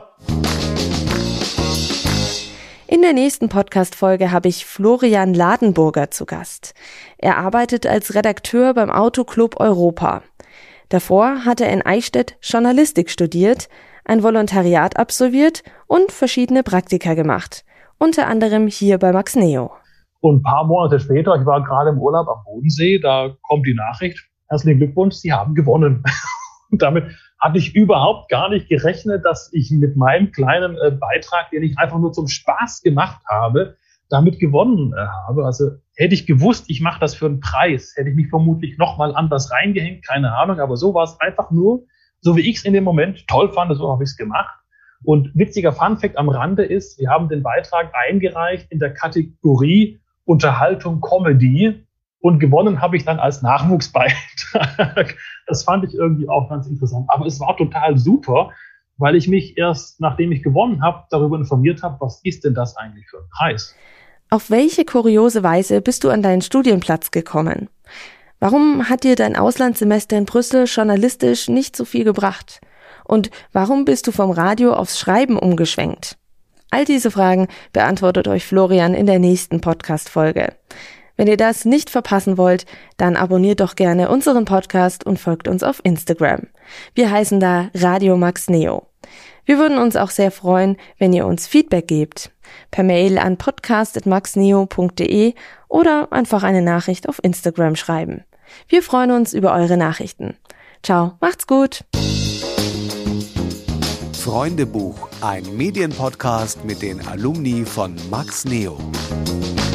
Speaker 3: In der nächsten Podcast-Folge habe ich Florian Ladenburger zu Gast. Er arbeitet als Redakteur beim Autoclub Europa. Davor hat er in Eichstätt Journalistik studiert, ein Volontariat absolviert und verschiedene Praktika gemacht. Unter anderem hier bei Max Neo.
Speaker 8: Und ein paar Monate später, ich war gerade im Urlaub am Bodensee, da kommt die Nachricht, herzlichen Glückwunsch, Sie haben gewonnen. Und damit hatte ich überhaupt gar nicht gerechnet, dass ich mit meinem kleinen Beitrag, den ich einfach nur zum Spaß gemacht habe, damit gewonnen habe. Also hätte ich gewusst, ich mache das für einen Preis, hätte ich mich vermutlich nochmal anders reingehängt, keine Ahnung. Aber so war es einfach nur, so wie ich es in dem Moment toll fand, so habe ich es gemacht. Und witziger Funfact am Rande ist, wir haben den Beitrag eingereicht in der Kategorie Unterhaltung Comedy und gewonnen habe ich dann als Nachwuchsbeitrag. Das fand ich irgendwie auch ganz interessant. Aber es war total super, weil ich mich erst, nachdem ich gewonnen habe, darüber informiert habe, was ist denn das eigentlich für ein Preis?
Speaker 3: Auf welche kuriose Weise bist du an deinen Studienplatz gekommen? Warum hat dir dein Auslandssemester in Brüssel journalistisch nicht so viel gebracht? Und warum bist du vom Radio aufs Schreiben umgeschwenkt? All diese Fragen beantwortet euch Florian in der nächsten Podcast-Folge. Wenn ihr das nicht verpassen wollt, dann abonniert doch gerne unseren Podcast und folgt uns auf Instagram. Wir heißen da Radio Max Neo. Wir würden uns auch sehr freuen, wenn ihr uns Feedback gebt. Per Mail an podcast@maxneo.de oder einfach eine Nachricht auf Instagram schreiben. Wir freuen uns über eure Nachrichten. Ciao, macht's gut!
Speaker 2: Freundebuch, ein Medienpodcast mit den Alumni von Max Neo.